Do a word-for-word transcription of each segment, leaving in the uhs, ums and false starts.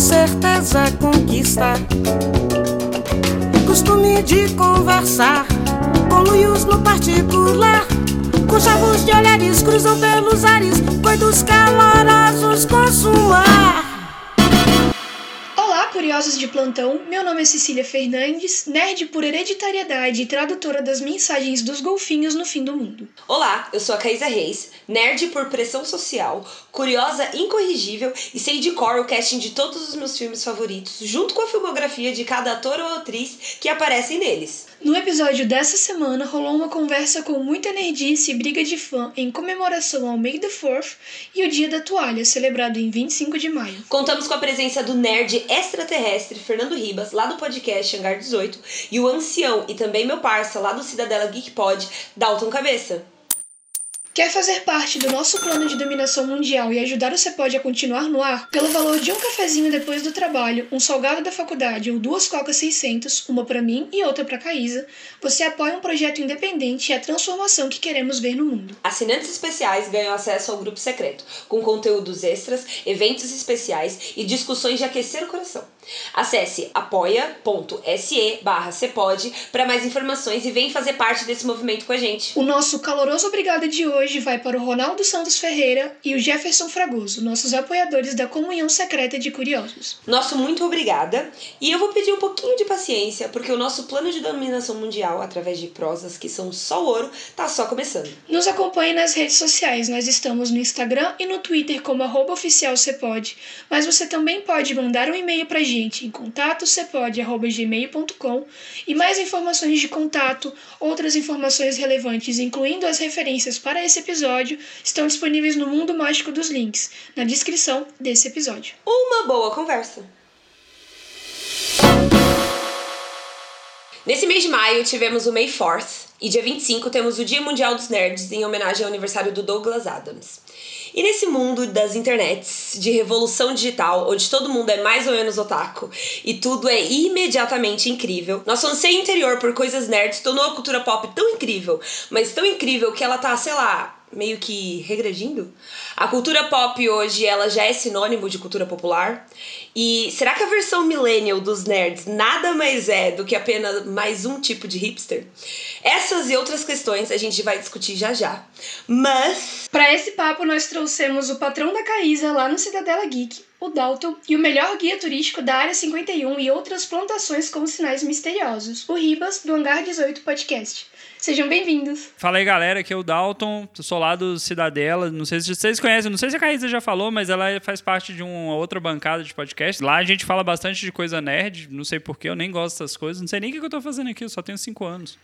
certeza conquista. Costume de conversar com luios no particular, com chavos de olhares cruzam pelos ares, coitos calorosos consumar. Olá, curiosos de plantão, meu nome é Cecília Fernandes, nerd por hereditariedade e tradutora das mensagens dos golfinhos no fim do mundo. Olá, eu sou a Caísa Reis, nerd por pressão social, curiosa incorrigível e sei de cor o casting de todos os meus filmes favoritos, junto com a filmografia de cada ator ou atriz que aparecem neles. No episódio dessa semana, rolou uma conversa com muita nerdice e briga de fã em comemoração ao May the fourth e o Dia da Toalha, celebrado em vinte e cinco de maio. Contamos com a presença do nerd extraterrestre Fernando Ribas, lá do podcast Hangar dezoito, e o ancião e também meu parça, lá do Cidadela Geek Pod, Dalton Cabeça. Quer fazer parte do nosso plano de dominação mundial e ajudar o Cepod a continuar no ar? Pelo valor de um cafezinho depois do trabalho, um salgado da faculdade ou duas cocas seiscentos, uma para mim e outra para Caísa, você apoia um projeto independente e a transformação que queremos ver no mundo. Assinantes especiais ganham acesso ao grupo secreto, com conteúdos extras, eventos especiais e discussões de aquecer o coração. Acesse apoia.se barra Cepod para mais informações e vem fazer parte desse movimento com a gente. O nosso caloroso obrigado de hoje Hoje vai para o Ronaldo Santos Ferreira e o Jefferson Fragoso, nossos apoiadores da Comunhão Secreta de Curiosos. Nosso muito obrigada, e eu vou pedir um pouquinho de paciência, porque o nosso plano de dominação mundial, através de prosas que são só ouro, tá só começando. Nos acompanhe nas redes sociais, nós estamos no Instagram e no Twitter como arroba oficial Cepod, mas você também pode mandar um e-mail pra gente em contato cepod arroba gmail ponto com e mais informações de contato, outras informações relevantes, incluindo as referências para esse episódio, estão disponíveis no Mundo Mágico dos Links, na descrição desse episódio. Uma boa conversa! Nesse mês de maio tivemos o May fourth e dia vinte e cinco temos o Dia Mundial dos Nerds em homenagem ao aniversário do Douglas Adams. E nesse mundo das internets, de revolução digital, onde todo mundo é mais ou menos otaku e tudo é imediatamente incrível, nosso anseio interior por coisas nerds tornou a cultura pop tão incrível, mas tão incrível que ela tá, sei lá, meio que regredindo. A cultura pop hoje, ela já é sinônimo de cultura popular. E será que a versão millennial dos nerds nada mais é do que apenas mais um tipo de hipster? Essas e outras questões a gente vai discutir já já. Mas... para esse papo nós trouxemos o patrão da Caísa lá no Cidadela Geek, o Dalton, e o melhor guia turístico da Área cinquenta e um e outras plantações com sinais misteriosos, o Ribas, do Hangar dezoito Podcast. Sejam bem-vindos. Fala aí, galera, aqui é o Dalton, sou lá do Cidadela, não sei se vocês conhecem, não sei se a Caísa já falou, mas ela faz parte de uma outra bancada de podcast. Lá a gente fala bastante de coisa nerd, não sei porquê, eu nem gosto dessas coisas, não sei nem o que eu tô fazendo aqui, eu só tenho cinco anos.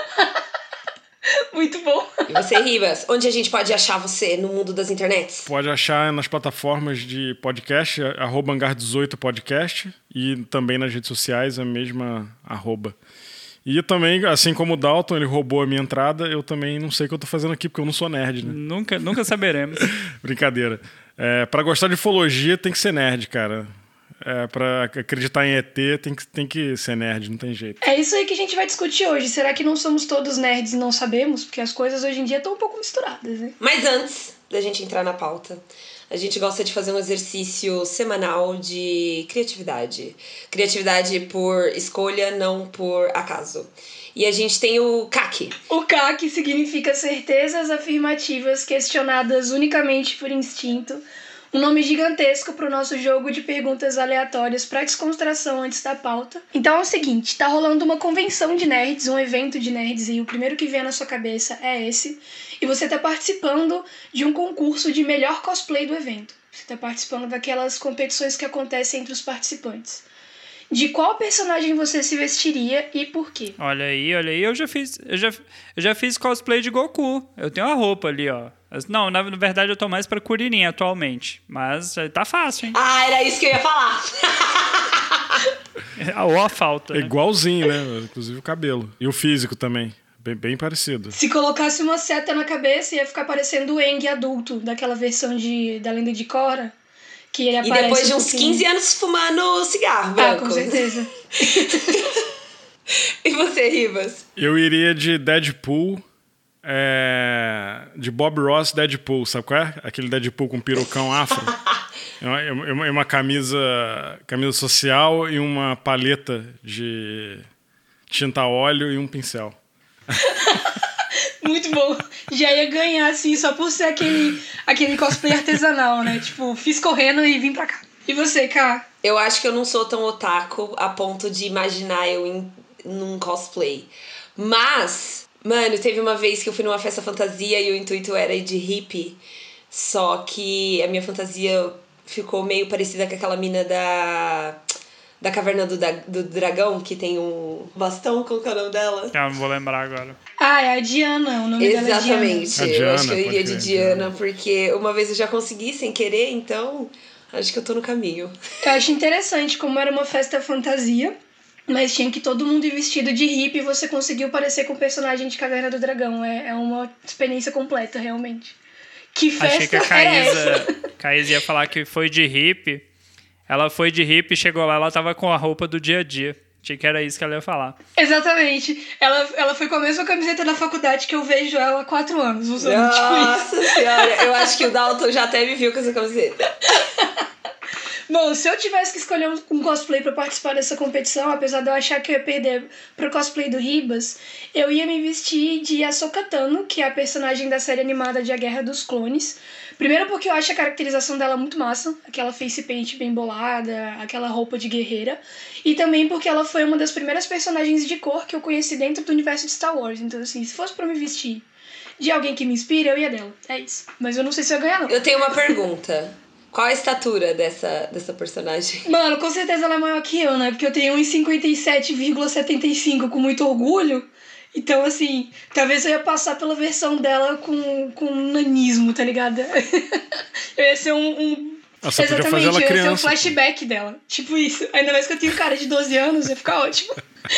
Muito bom. E você, Ribas, onde a gente pode achar você no mundo das internets? Pode achar nas plataformas de podcast, arroba Hangar dezoito Podcast, e também nas redes sociais, a mesma arroba. E também, assim como o Dalton, ele roubou a minha entrada, eu também não sei o que eu tô fazendo aqui, porque eu não sou nerd, né? Nunca, nunca saberemos. Brincadeira. É, pra gostar de ufologia, tem que ser nerd, cara. É, pra acreditar em E T, tem que, tem que ser nerd, não tem jeito. É isso aí que a gente vai discutir hoje. Será que não somos todos nerds e não sabemos? Porque as coisas hoje em dia estão um pouco misturadas, né? Mas antes da gente entrar na pauta, a gente gosta de fazer um exercício semanal de criatividade. Criatividade por escolha, não por acaso. E a gente tem o C A C. O C A C significa certezas afirmativas questionadas unicamente por instinto. Um nome gigantesco para o nosso jogo de perguntas aleatórias para descontração antes da pauta. Então é o seguinte, tá rolando uma convenção de nerds, um evento de nerds, e o primeiro que vem na sua cabeça é esse. E você tá participando de um concurso de melhor cosplay do evento. Você tá participando daquelas competições que acontecem entre os participantes. De qual personagem você se vestiria e por quê? Olha aí, olha aí, eu já fiz, eu já, eu já fiz cosplay de Goku. Eu tenho a roupa ali, ó. Não, na verdade eu tô mais pra Kuririn atualmente. Mas tá fácil, hein? Ah, era isso que eu ia falar. Ou a falta, É né? igualzinho, né? Inclusive o cabelo. E o físico também. Bem, bem parecido. Se colocasse uma seta na cabeça, ia ficar parecendo o Aang adulto, daquela versão de, da Lenda de Korra. Que ele aparece e depois de um uns pouquinho. quinze anos fumando cigarro branco. Ah, com certeza. E você, Ribas? Eu iria de Deadpool, é... de Bob Ross Deadpool, sabe qual é? Aquele Deadpool com perucão afro. É uma, é uma camisa, camisa social e uma paleta de tinta a óleo e um pincel. Muito bom. Já ia ganhar, assim, só por ser aquele, aquele cosplay artesanal, né? Tipo, fiz correndo e vim pra cá. E você, Ká? Eu acho que eu não sou tão otaku a ponto de imaginar eu em num cosplay. Mas, mano, teve uma vez que eu fui numa festa fantasia e o intuito era ir de hippie. Só que a minha fantasia ficou meio parecida com aquela mina da... Da Caverna do, da, do Dragão, que tem um bastão, qual que é o nome dela? Ah, não vou lembrar agora. Ah, é a Diana, o nome dela é Diana. Exatamente, eu acho que eu iria de Diana, porque uma vez eu já consegui sem querer, então acho que eu tô no caminho. Eu acho interessante como era uma festa fantasia, mas tinha que todo mundo ir vestido de hippie e você conseguiu parecer com o personagem de Caverna do Dragão. É, é uma experiência completa, realmente. Que festa Achei que a Caísa, Caísa ia falar que foi de hippie. Ela foi de hippie, chegou lá, ela tava com a roupa do dia a dia. Achei que era isso que ela ia falar. Exatamente. Ela, ela foi com a mesma camiseta da faculdade que eu vejo ela há quatro anos usando. Nossa tipo isso. Senhora, eu acho que o Dalton já até me viu com essa camiseta. Bom, se eu tivesse que escolher um cosplay pra participar dessa competição, apesar de eu achar que eu ia perder pro cosplay do Ribas, eu ia me vestir de Ahsoka Tano, que é a personagem da série animada de A Guerra dos Clones. Primeiro porque eu acho a caracterização dela muito massa, aquela face paint bem bolada, aquela roupa de guerreira. E também porque ela foi uma das primeiras personagens de cor que eu conheci dentro do universo de Star Wars. Então, assim, se fosse pra me vestir de alguém que me inspira, eu ia dela. É isso. Mas eu não sei se eu ia ganhar, não. Eu tenho uma pergunta. Qual a estatura dessa, dessa personagem? Mano, com certeza ela é maior que eu, né? Porque eu tenho um metro e cinquenta e sete vírgula setenta e cinco com muito orgulho. Então, assim, talvez eu ia passar pela versão dela com, com nanismo, tá ligado? Eu ia ser um... um... Nossa, exatamente, podia fazer ela eu ia criança. ser um flashback dela. Tipo isso. Ainda mais que eu tenho cara de doze anos, ia ficar ótimo.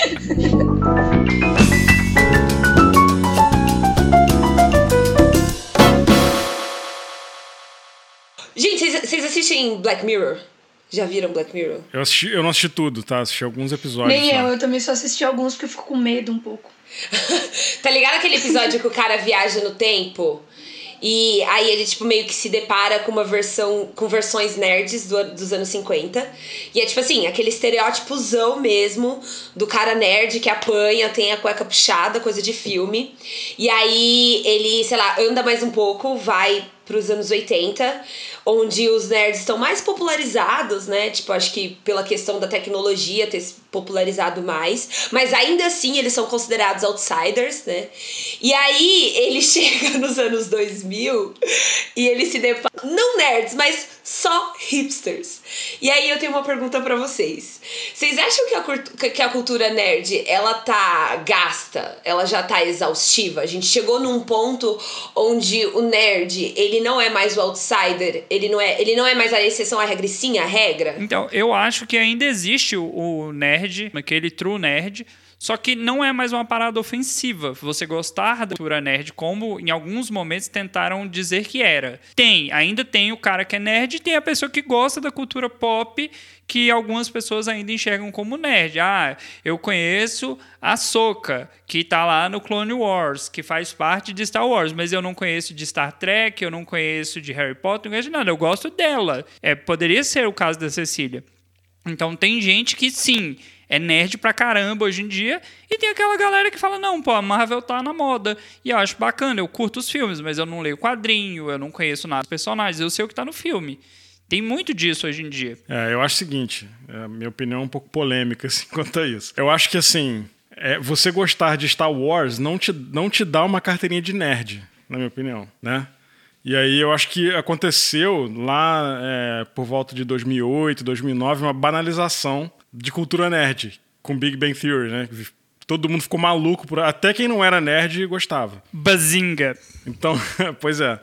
Gente, vocês assistem Black Mirror? Já viram Black Mirror? Eu, assisti, eu não assisti tudo, tá? Assisti alguns episódios. Nem só. eu, eu também só assisti alguns porque eu fico com medo um pouco. Tá ligado aquele episódio que o cara viaja no tempo? E aí ele, tipo, meio que se depara com uma versão... Com versões nerds do, dos anos cinquenta. E é, tipo assim, aquele estereótipozão mesmo do cara nerd que apanha, tem a cueca puxada, coisa de filme. E aí ele, sei lá, anda mais um pouco, vai pros anos oitenta, onde os nerds estão mais popularizados, né? Tipo, acho que pela questão da tecnologia ter se popularizado mais. Mas ainda assim, eles são considerados outsiders, né? E aí, ele chega nos anos dois mil e ele se depara... Não nerds, mas só hipsters. E aí, eu tenho uma pergunta pra vocês. Vocês acham que a, curtu- que a cultura nerd, ela tá gasta? Ela já tá exaustiva? A gente chegou num ponto onde o nerd, ele não é mais o outsider, ele não é, ele não é mais a exceção à regra, e sim a regra? Então, eu acho que ainda existe o, o nerd, aquele true nerd, só que não é mais uma parada ofensiva você gostar da cultura nerd, como em alguns momentos tentaram dizer que era. Tem, ainda tem o cara que é nerd e tem a pessoa que gosta da cultura pop, que algumas pessoas ainda enxergam como nerd. Ah, eu conheço a Ahsoka, que tá lá no Clone Wars, que faz parte de Star Wars, mas eu não conheço de Star Trek, eu não conheço de Harry Potter, não conheço de nada, eu gosto dela. É, poderia ser o caso da Cecília. Então tem gente que sim, é nerd pra caramba hoje em dia, e tem aquela galera que fala, não, pô, a Marvel tá na moda, e eu acho bacana, eu curto os filmes, mas eu não leio quadrinho, eu não conheço nada dos personagens, eu sei o que tá no filme. Tem muito disso hoje em dia. É, eu acho o seguinte, a minha opinião é um pouco polêmica assim, quanto a isso. Eu acho que, assim, é, você gostar de Star Wars não te, não te dá uma carteirinha de nerd, na minha opinião, né? E aí eu acho que aconteceu lá é, por volta de dois mil e oito, dois mil e nove, uma banalização de cultura nerd, com Big Bang Theory, né? Todo mundo ficou maluco, por... até quem não era nerd gostava. Bazinga. Então, pois é.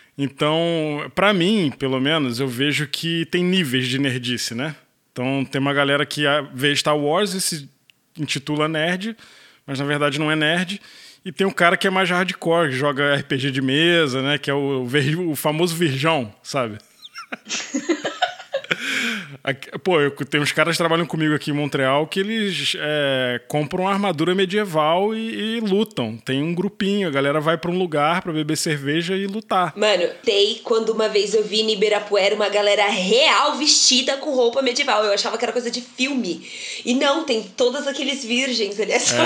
Então, pra mim, pelo menos, eu vejo que tem níveis de nerdice, né? Então, tem uma galera que vê Star Wars e se intitula nerd, mas na verdade não é nerd. E tem um cara que é mais hardcore, que joga R P G de mesa, né? Que é o, o famoso virgão, sabe? Aqui, pô, eu, tem uns caras que trabalham comigo aqui em Montreal que eles é, compram uma armadura medieval e, e lutam. Tem um grupinho, a galera vai pra um lugar pra beber cerveja e lutar. Mano, tem quando uma vez eu vi em Ibirapuera uma galera real vestida com roupa medieval. Eu achava que era coisa de filme. E não, tem todos aqueles virgens ali. É, sim.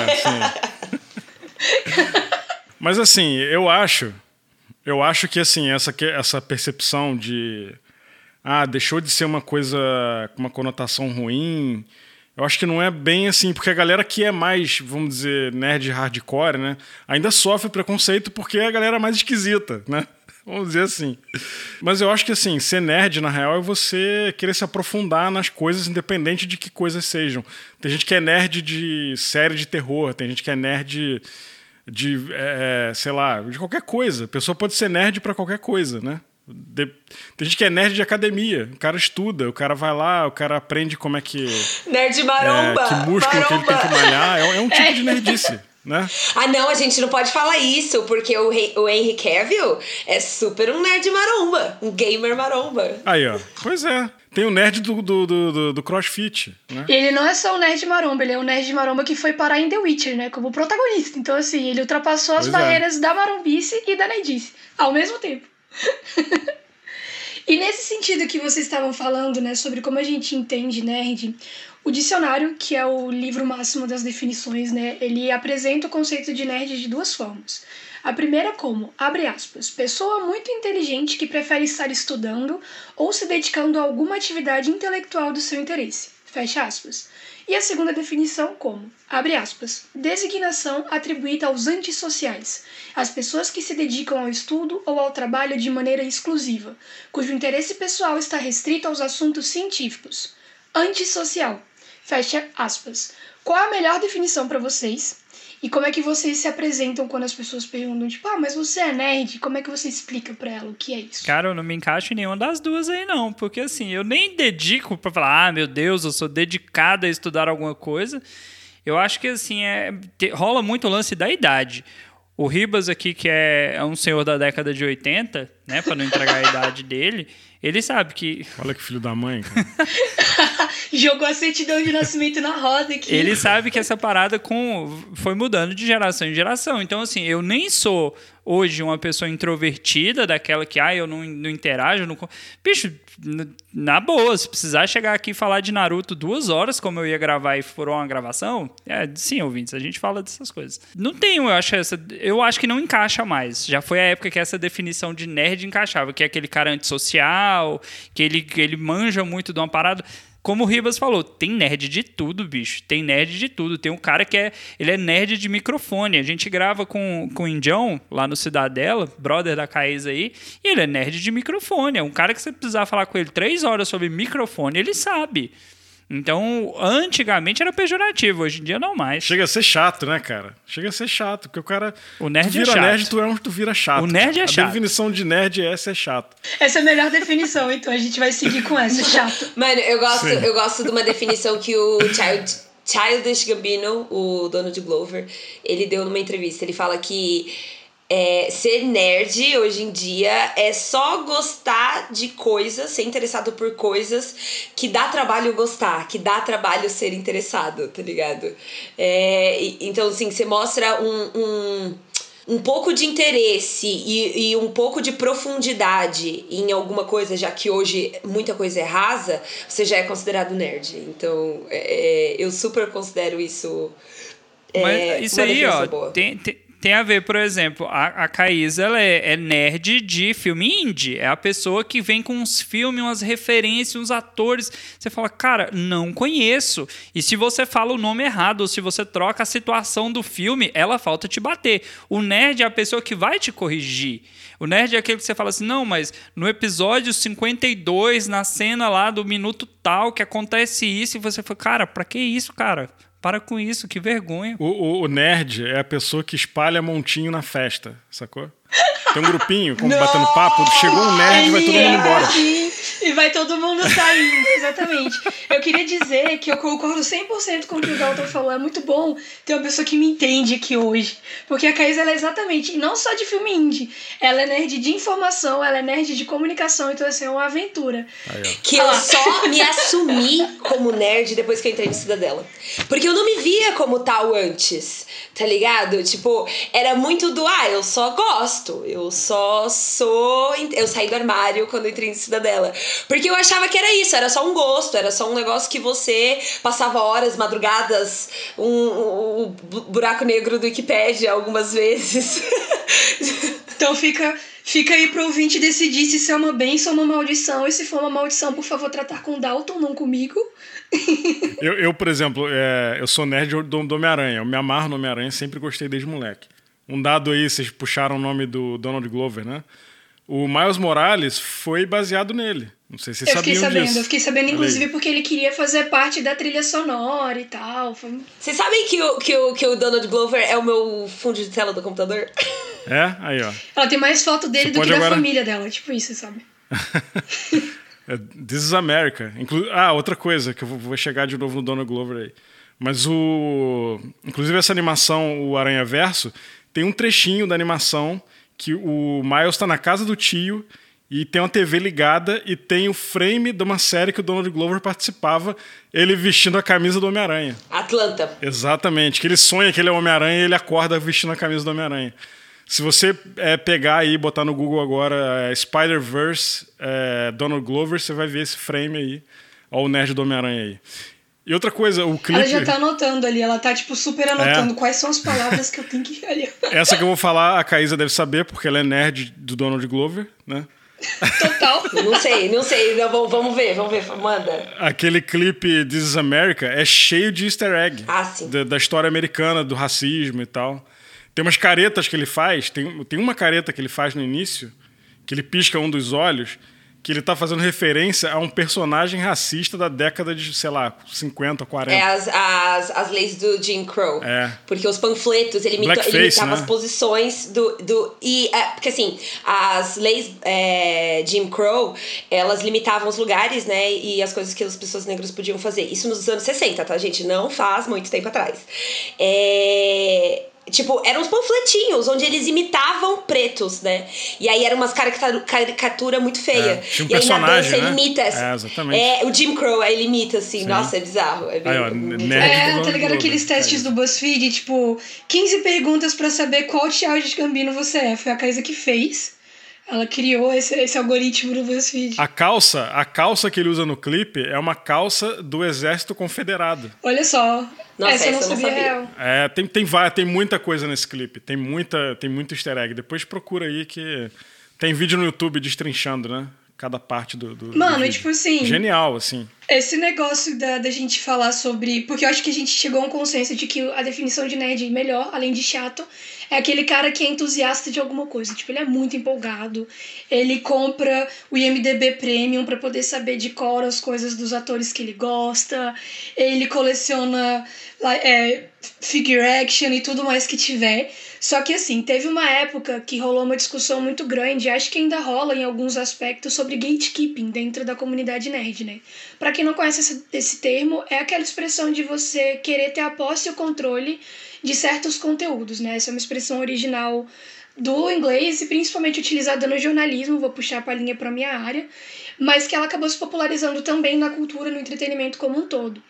Mas assim, eu acho... Eu acho que assim, essa, essa percepção de... Ah, deixou de ser uma coisa com uma conotação ruim. Eu acho que não é bem assim, porque a galera que é mais, vamos dizer, nerd hardcore, né, ainda sofre preconceito porque é a galera mais esquisita, né? Vamos dizer assim. Mas eu acho que assim, ser nerd, na real, é você querer se aprofundar nas coisas, independente de que coisas sejam. Tem gente que é nerd de série de terror, tem gente que é nerd de, é, sei lá, de qualquer coisa. A pessoa pode ser nerd pra qualquer coisa, né? De... Tem gente que é nerd de academia. O cara estuda, o cara vai lá, o cara aprende como é que... Nerd maromba! É, que músculo maromba. que ele tem que malhar. É, é um tipo de nerdice, né? Ah, não, a gente não pode falar isso, porque o, Rei, o Henry Cavill é super um nerd maromba. Um gamer maromba. Aí, ó. Pois é. Tem o nerd do, do, do, do CrossFit, né? E ele não é só o nerd maromba, ele é o nerd maromba que foi parar em The Witcher, né? Como protagonista. Então, assim, ele ultrapassou as pois barreiras é. da marombice e da nerdice ao mesmo tempo. E nesse sentido que vocês estavam falando, né, sobre como a gente entende nerd, o dicionário, que é o livro máximo das definições, né, ele apresenta o conceito de nerd de duas formas. A primeira como, abre aspas, pessoa muito inteligente que prefere estar estudando ou se dedicando a alguma atividade intelectual do seu interesse, fecha aspas. E a segunda definição como, abre aspas, designação atribuída aos antissociais, as pessoas que se dedicam ao estudo ou ao trabalho de maneira exclusiva, cujo interesse pessoal está restrito aos assuntos científicos. Antissocial, fecha aspas. Qual a melhor definição para vocês? E como é que vocês se apresentam quando as pessoas perguntam, tipo, ah, mas você é nerd? Como é que você explica pra ela o que é isso? Cara, eu não me encaixo em nenhuma das duas aí, não. Porque, assim, eu nem dedico pra falar, ah, meu Deus, eu sou dedicado a estudar alguma coisa. Eu acho que, assim, é, te, rola muito o lance da idade. O Ribas aqui, que é, é um senhor da década de oitenta, né, pra não entregar a idade dele, ele sabe que... Olha que filho da mãe, cara. Jogou a certidão de nascimento na roda aqui. Ele sabe que essa parada com, foi mudando de geração em geração. Então, assim, eu nem sou hoje uma pessoa introvertida, daquela que, ah, eu não, não interajo. Não... Bicho, na boa, se precisar chegar aqui e falar de Naruto duas horas, como eu ia gravar e for uma gravação, é, sim, ouvintes, a gente fala dessas coisas. Não tenho, eu acho, essa, eu acho que não encaixa mais. Já foi a época que essa definição de nerd encaixava, que é aquele cara antissocial, que ele, que ele manja muito de uma parada... Como o Ribas falou, tem nerd de tudo, bicho. Tem nerd de tudo. Tem um cara que é, ele é nerd de microfone. A gente grava com, com o Indião, lá no Cidadela, brother da Caís aí, e ele é nerd de microfone. É um cara que você precisar falar com ele três horas sobre microfone, ele sabe. Então, antigamente era pejorativo, hoje em dia não mais. Chega a ser chato, né, cara? Chega a ser chato, porque o cara... O nerd tu vira é chato. nerd, tu é um tu vira chato. O nerd é a chato. A definição de nerd é essa, é chato. Essa é a melhor definição, então a gente vai seguir com essa, chato. Mano, eu gosto, eu gosto de uma definição que o Child, Childish Gambino, o dono de Glover, ele deu numa entrevista. Ele fala que é, ser nerd hoje em dia é só gostar de coisas, ser interessado por coisas que dá trabalho gostar, que dá trabalho ser interessado, tá ligado? É, então, assim, você mostra um, um, um pouco de interesse e, e um pouco de profundidade em alguma coisa, já que hoje muita coisa é rasa, você já é considerado nerd. Então, é, eu super considero isso é, Mas isso uma aí, ó, boa. tem... tem... Tem a ver, por exemplo, a, a Caís, ela é, é nerd de filme indie. É a pessoa que vem com uns filmes, umas referências, uns atores. Você fala, cara, não conheço. E se você fala o nome errado, ou se você troca a situação do filme, ela falta te bater. O nerd é a pessoa que vai te corrigir. O nerd é aquele que você fala assim, não, mas no episódio cinquenta e dois, na cena lá do minuto tal, que acontece isso, e você fala, cara, pra que isso, cara? Para com isso, que vergonha. O, o, o nerd é a pessoa que espalha montinho na festa, sacou? Tem um grupinho, como batendo papo, chegou um nerd e vai todo mundo embora. E vai todo mundo saindo, exatamente. Eu queria dizer que eu concordo cem por cento com o que o Dalton falou. É muito bom ter uma pessoa que me entende aqui hoje. Porque a Caísa, ela é exatamente, e não só de filme indie, ela é nerd de informação, ela é nerd de comunicação, então assim, é uma aventura. Aí, que eu só me assumi como nerd depois que eu entrei no Cidadela. Porque eu não me via como tal antes, tá ligado? Tipo, era muito do, ah, eu só gosto, eu só sou... Eu saí do armário quando eu entrei no Cidadela. Porque eu achava que era isso, era só um gosto, era só um negócio que você passava horas, madrugadas, um, um, um buraco negro do Wikipédia algumas vezes. Então fica, fica aí pro ouvinte decidir se isso é uma bênção ou uma maldição. E se for uma maldição, por favor, tratar com o Dalton, não comigo. eu, eu, por exemplo, é, eu sou nerd do, do Homem-Aranha. Eu me amarro no Homem-Aranha, sempre gostei desde moleque. Um dado aí, vocês puxaram o nome do Donald Glover, né? O Miles Morales foi baseado nele. Não sei se vocês sabiam disso. Eu fiquei sabendo, eu fiquei sabendo, inclusive, porque ele queria fazer parte da trilha sonora e tal. Foi... Vocês sabem que o, que, o, que o Donald Glover é o meu fundo de tela do computador? É? Aí, ó. Ela tem mais foto dele Você do que agora... da família dela, tipo isso, sabe? This is America. Inclu... Ah, outra coisa, que eu vou chegar de novo no Donald Glover aí. Mas o... Inclusive essa animação, o Aranha Verso, tem um trechinho da animação que o Miles está na casa do tio e tem uma T V ligada e tem o frame de uma série que o Donald Glover participava, ele vestindo a camisa do Homem-Aranha. Atlanta. Exatamente, que ele sonha que ele é o Homem-Aranha e ele acorda vestindo a camisa do Homem-Aranha. Se você é, pegar aí e botar no Google agora é, Spider-Verse, é, Donald Glover, você vai ver esse frame aí. Olha o nerd do Homem-Aranha aí. E outra coisa, o clipe... Ela já tá anotando ali, ela tá, tipo, super anotando é. quais são as palavras que eu tenho que... Essa que eu vou falar, a Caísa deve saber, porque ela é nerd do Donald Glover, né? Total. Não sei, não sei, vamos ver, vamos ver, manda. Aquele clipe This is America é cheio de easter egg. Ah, sim. Da, da história americana, do racismo e tal. Tem umas caretas que ele faz, tem, tem uma careta que ele faz no início, que ele pisca um dos olhos, que ele tá fazendo referência a um personagem racista da década de, sei lá, cinquenta, quarenta. É as, as, as leis do Jim Crow. É. Porque os panfletos, ele, imita, ele imitava, né, as posições do... do e, é, porque assim, as leis é, Jim Crow, elas limitavam os lugares, né, e as coisas que as pessoas negras podiam fazer. Isso nos anos sessenta, tá, gente? Não faz muito tempo atrás. É... Tipo, eram uns panfletinhos onde eles imitavam pretos, né? E aí eram umas caricatura, caricatura muito feia. É, tinha um e aí na dança, né? ele imita. É, exatamente. É, o Jim Crow, aí ele imita, assim. Sim. Nossa, é bizarro. É, bem, aí, ó, muito... é tá ligado aqueles testes do BuzzFeed? Tipo, quinze perguntas pra saber qual Childish Gambino você é. Foi a Caísa que fez. Ela criou esse, esse algoritmo do BuzzFeed. A calça, a calça que ele usa no clipe é uma calça do Exército Confederado. Olha só. Nossa, essa eu não essa sabia, eu não sabia. real. É, tem, tem, tem muita coisa nesse clipe. Tem, muita, tem muito easter egg. Depois procura aí que tem vídeo no YouTube destrinchando, né? Cada parte do, do Mano, do e tipo assim... Genial, assim. Esse negócio da, da gente falar sobre... Porque eu acho que a gente chegou a um consenso de que a definição de nerd melhor, além de chato, é aquele cara que é entusiasta de alguma coisa. Tipo, ele é muito empolgado. Ele compra o I M D B Premium pra poder saber de cor as coisas dos atores que ele gosta. Ele coleciona é, figure action e tudo mais que tiver. Só que assim, teve uma época que rolou uma discussão muito grande, acho que ainda rola em alguns aspectos, sobre gatekeeping dentro da comunidade nerd, né? Pra quem não conhece esse, esse termo, é aquela expressão de você querer ter a posse e o controle de certos conteúdos, né? Essa é uma expressão original do inglês e principalmente utilizada no jornalismo, vou puxar a palhinha para minha área, mas que ela acabou se popularizando também na cultura, no entretenimento como um todo.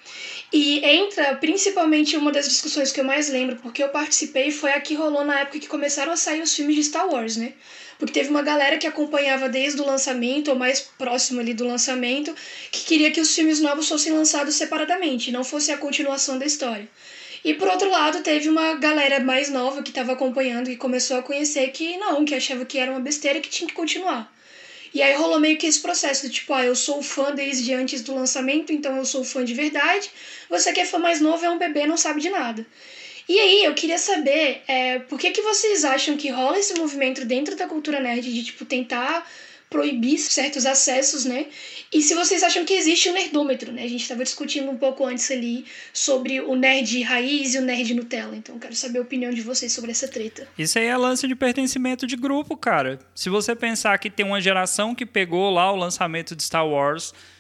E entra principalmente uma das discussões que eu mais lembro, porque eu participei, foi a que rolou na época que começaram a sair os filmes de Star Wars, né? Porque teve uma galera que acompanhava desde o lançamento, ou mais próximo ali do lançamento, que queria que os filmes novos fossem lançados separadamente, não fosse a continuação da história. E por outro lado, teve uma galera mais nova que estava acompanhando e começou a conhecer que não, que achava que era uma besteira e que tinha que continuar. E aí rolou meio que esse processo do tipo, ah, eu sou fã desde antes do lançamento, então eu sou fã de verdade. Você que é fã mais novo é um bebê, não sabe de nada. E aí, eu queria saber, é, por que que vocês acham que rola esse movimento dentro da cultura nerd de, tipo, tentar proibir certos acessos, né? E se vocês acham que existe um nerdômetro, né? A gente estava discutindo um pouco antes ali sobre o nerd raiz e o nerd Nutella. Então, quero saber a opinião de vocês sobre essa treta. Isso aí é lance de pertencimento de grupo, cara. Se você pensar que tem uma geração que pegou lá o lançamento de Star Wars,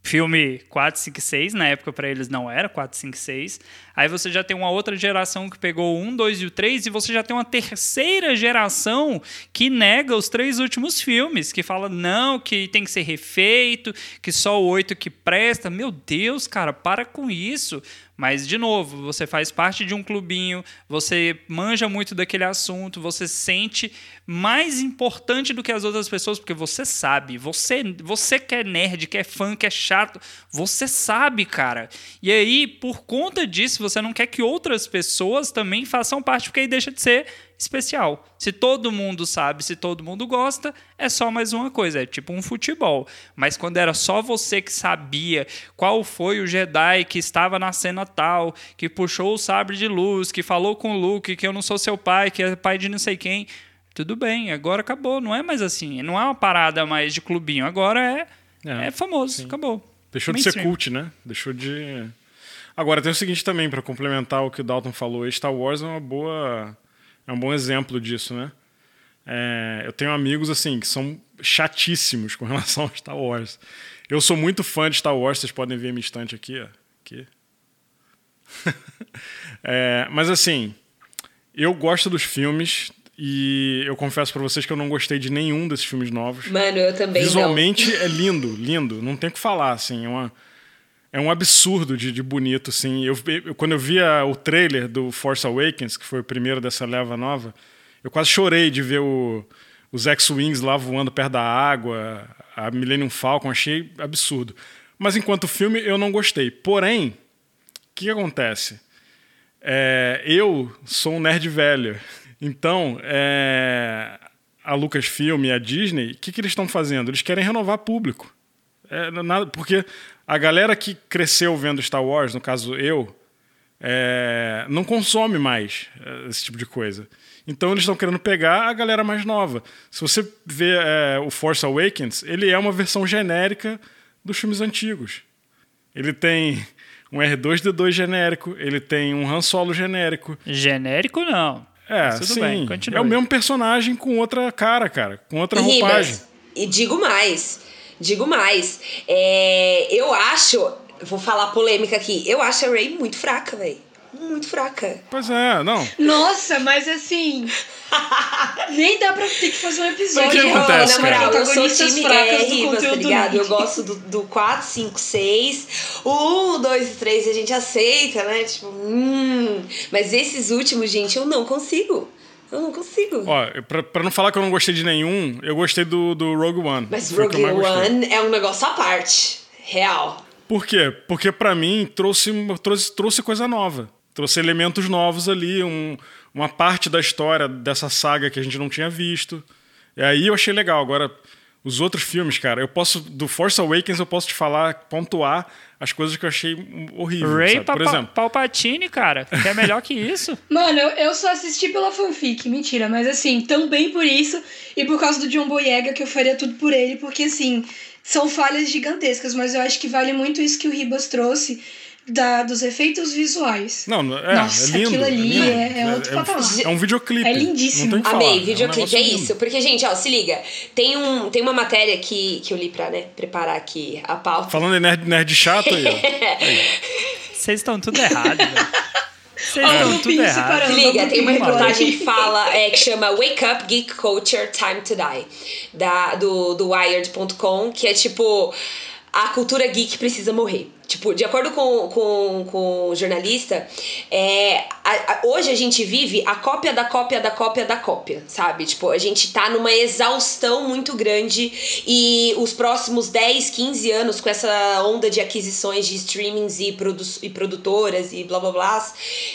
filme quatro, cinco, seis, na época para eles não era quatro, cinco, seis. Aí você já tem uma outra geração que pegou o um, dois e o três, e você já tem uma terceira geração que nega os três últimos filmes, que fala, não, que tem que ser refeito, que só o oito que presta. Meu Deus, cara, para com isso. Mas, de novo, você faz parte de um clubinho, você manja muito daquele assunto, você se sente mais importante do que as outras pessoas, porque você sabe, você, você que é nerd, que é fã, que é chato, você sabe, cara. E aí, por conta disso, você não quer que outras pessoas também façam parte, porque aí deixa de ser especial. Se todo mundo sabe, se todo mundo gosta, é só mais uma coisa, é tipo um futebol. Mas quando era só você que sabia qual foi o Jedi que estava na cena tal, que puxou o sabre de luz, que falou com o Luke, que eu não sou seu pai, que é pai de não sei quem, tudo bem, agora acabou. Não é mais assim, não é uma parada mais de clubinho, agora é, é, é famoso, sim. Acabou. Deixou de ser cult, né? Deixou de... Agora, tem o seguinte também, para complementar o que o Dalton falou, Star Wars é uma boa... É um bom exemplo disso, né? É, eu tenho amigos, assim, que são chatíssimos com relação a Star Wars. Eu sou muito fã de Star Wars, vocês podem ver minha estante aqui, ó. Aqui. é, mas, assim, eu gosto dos filmes e eu confesso pra vocês que eu não gostei de nenhum desses filmes novos. Mano, eu também Visualmente não. é lindo, lindo. Não tem o que falar, assim, é uma... É um absurdo de, de bonito, assim. Eu, eu, quando eu via o trailer do Force Awakens, que foi o primeiro dessa leva nova, eu quase chorei de ver o, os X-Wings lá voando perto da água, a Millennium Falcon, achei absurdo. Mas enquanto filme, eu não gostei. Porém, o que acontece? É, eu sou um nerd velho. Então, é, a Lucasfilm e a Disney, o que, que eles estão fazendo? Eles querem renovar público. É, nada, porque a galera que cresceu vendo Star Wars, no caso eu, é, não consome mais esse tipo de coisa. Então eles estão querendo pegar a galera mais nova. Se você vê é, o Force Awakens, ele é uma versão genérica dos filmes antigos. Ele tem um R dois D dois genérico, ele tem um Han Solo genérico. Genérico não. É, tudo sim. Bem, continue. É o mesmo personagem com outra cara, cara, com outra e roupagem. Ribas, e digo mais... Digo mais, é, eu acho, vou falar polêmica aqui, eu acho a Rey muito fraca, velho. Muito fraca. Pois é, não. Nossa, mas assim, nem dá pra ter que fazer um episódio. Porque acontece, na moral, eu sou time fracas é, do Ribas, tá ligado? Nick. Eu gosto do, do quatro, cinco, seis, o um, dois e três a gente aceita, né? Tipo, hum. Mas esses últimos, gente, eu não consigo. Eu não consigo. Ó, pra, pra não falar que eu não gostei de nenhum, eu gostei do, do Rogue One. Mas Foi Rogue One é um negócio à parte. Real. Por quê? Porque pra mim trouxe, trouxe, trouxe coisa nova. Trouxe elementos novos ali, um, uma parte da história dessa saga que a gente não tinha visto. E aí eu achei legal. Agora, os outros filmes, cara, eu posso... Do Force Awakens eu posso te falar, pontuar as coisas que eu achei horrível, Rey sabe? Por exemplo... Palpatine, cara, que é melhor que isso. Mano, eu, eu só assisti pela fanfic, mentira, mas assim, também por isso e por causa do John Boyega que eu faria tudo por ele, porque assim, são falhas gigantescas, mas eu acho que vale muito isso que o Ribas trouxe da, dos efeitos visuais. Não, é, Nossa, é lindo. aquilo ali é, é, é outro é, patamar. é um videoclipe. É lindíssimo. Não tem que falar. Amei, videoclipe, é, um é isso. lindo. Porque, gente, ó, se liga. Tem, um, tem uma matéria que, que eu li pra, né, preparar aqui a pauta. Falando em nerd, nerd chato aí, ó. Vocês estão tudo errado, velho. Vocês Ó, estão o tudo Pince errado. parando. Se liga, tem uma Não, não, reportagem não. que fala, é, que chama Wake Up Geek Culture Time to Die, da, do, do Wired ponto com, que é tipo, a cultura geek precisa morrer. Tipo, de acordo com, com, com o jornalista, é, a, a, hoje a gente vive a cópia da cópia da cópia da cópia, sabe? Tipo, a gente tá numa exaustão muito grande e os próximos dez, quinze anos, com essa onda de aquisições de streamings e, produ e produtoras e blá blá blá,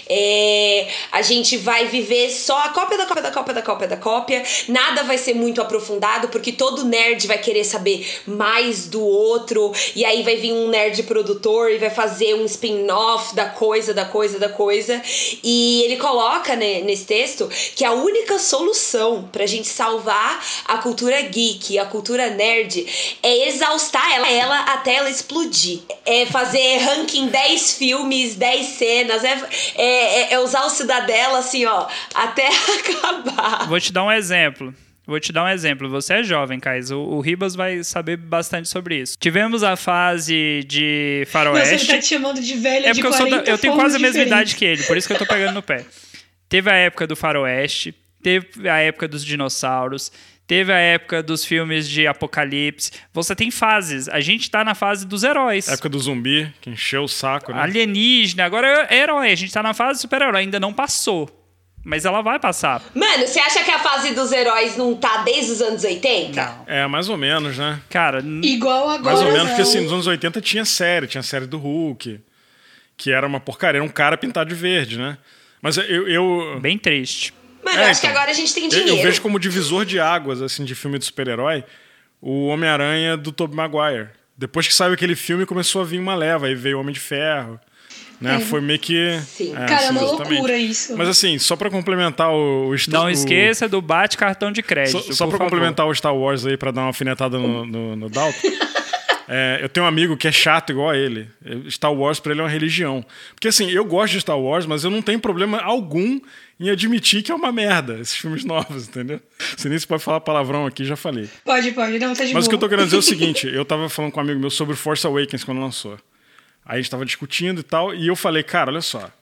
é, a gente vai viver só a cópia da cópia da cópia da cópia da cópia, nada vai ser muito aprofundado, porque todo nerd vai querer saber mais do outro, e aí vai vir um nerd produtor e vai fazer um spin-off da coisa, da coisa, da coisa. E ele coloca, né, nesse texto que a única solução pra gente salvar a cultura geek, a cultura nerd, é exaustar ela, ela até ela explodir. É fazer ranking dez filmes, dez cenas, é, é, é usar o Cidadela assim, ó, até acabar. Vou te dar um exemplo. Vou te dar um exemplo. Você é jovem, Kais. O, o Ribas vai saber bastante sobre isso. Tivemos a fase de faroeste. Nossa, ele tá te chamando de velha é de porque eu, sou da, eu tenho quase a mesma idade que ele, por isso que eu tô pegando no pé. Teve a época do faroeste, teve a época dos dinossauros, teve a época dos filmes de apocalipse. Você tem fases. A gente tá na fase dos heróis. A época do zumbi, que encheu o saco, né? Alienígena. Agora é herói. A gente tá na fase super-herói. Ainda não passou. Mas ela vai passar. Mano, você acha que a fase dos heróis não tá desde os anos oitenta? Não. É, mais ou menos, né? Cara... Igual agora, Mais ou menos, não. porque assim, nos anos oitenta tinha série. Tinha série do Hulk, que era uma porcaria. Era um cara pintado de verde, né? Mas eu... eu... Bem triste. Mano, É, eu acho então, que agora a gente tem eu, dinheiro. eu vejo como divisor de águas, assim, de filme de super-herói, o Homem-Aranha do Tobey Maguire. Depois que saiu aquele filme, começou a vir uma leva. Aí veio o Homem de Ferro. Né? É. Foi meio que... Sim. É, Cara, é uma exatamente. loucura isso. Mas assim, só pra complementar o... o Não o, esqueça do bate cartão de crédito, Só, só por pra favor. complementar o Star Wars aí, pra dar uma alfinetada no, no, no Dalton. é, eu tenho um amigo que é chato igual a ele. Star Wars pra ele é uma religião. Porque assim, eu gosto de Star Wars, mas eu não tenho problema algum em admitir que é uma merda esses filmes novos, entendeu? Se nem se pode falar palavrão aqui, já falei. Pode, pode. Não, tá de Mas boa. o que eu tô querendo dizer é o seguinte, eu tava falando com um amigo meu sobre Force Awakens quando lançou. Aí a gente tava discutindo e tal, e eu falei, cara, olha só.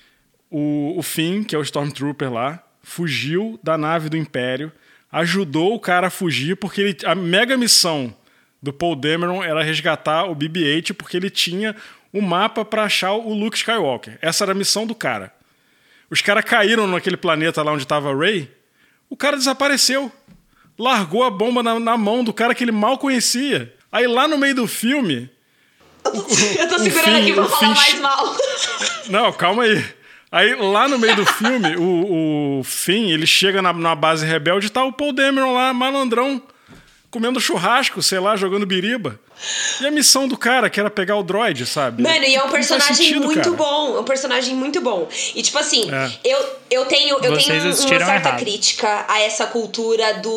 O, o Finn, que é o Stormtrooper lá, fugiu da nave do Império, ajudou o cara a fugir, porque ele, a mega missão do Paul Dameron era resgatar o B B oito, porque ele tinha o mapa pra achar o Luke Skywalker. Essa era a missão do cara. Os caras caíram naquele planeta lá onde tava a Rey, o cara desapareceu. Largou a bomba na, na mão do cara que ele mal conhecia. Aí lá no meio do filme... Eu tô, eu tô segurando Finn- aqui pra o falar Finn- mais mal. Não, calma aí. Aí, lá no meio do filme, o, o Finn, ele chega na, na base rebelde e tá o Paul Dameron lá, malandrão, comendo churrasco, sei lá, jogando biriba. E a missão do cara, que era pegar o droid, sabe? Mano, e é um Não faz personagem sentido, muito cara. bom. É um personagem muito bom. E, tipo assim, É. eu, eu tenho, eu Vocês tenho uma assistiram certa errado. crítica a essa cultura do...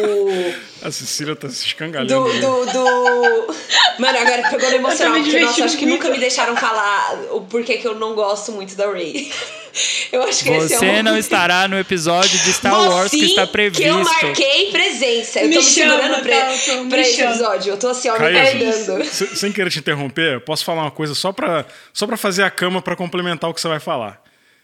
A Cecília tá se escangalhando. Do, né? do, do... Mano, agora pegou no emocional, me porque, nossa, divertindo acho que muito. nunca me deixaram falar o porquê que eu não gosto muito da Rey. Eu acho que esse é Você um... não estará no episódio de Star Vou Wars que sim, está previsto. que eu marquei presença. Eu Me tô me chama, segurando pra, Dalton, pra me esse chama. episódio. Eu tô assim, ó, me Caio, guardando. se- sem querer te interromper, posso falar uma coisa só pra, só pra fazer a cama pra complementar o que você vai falar.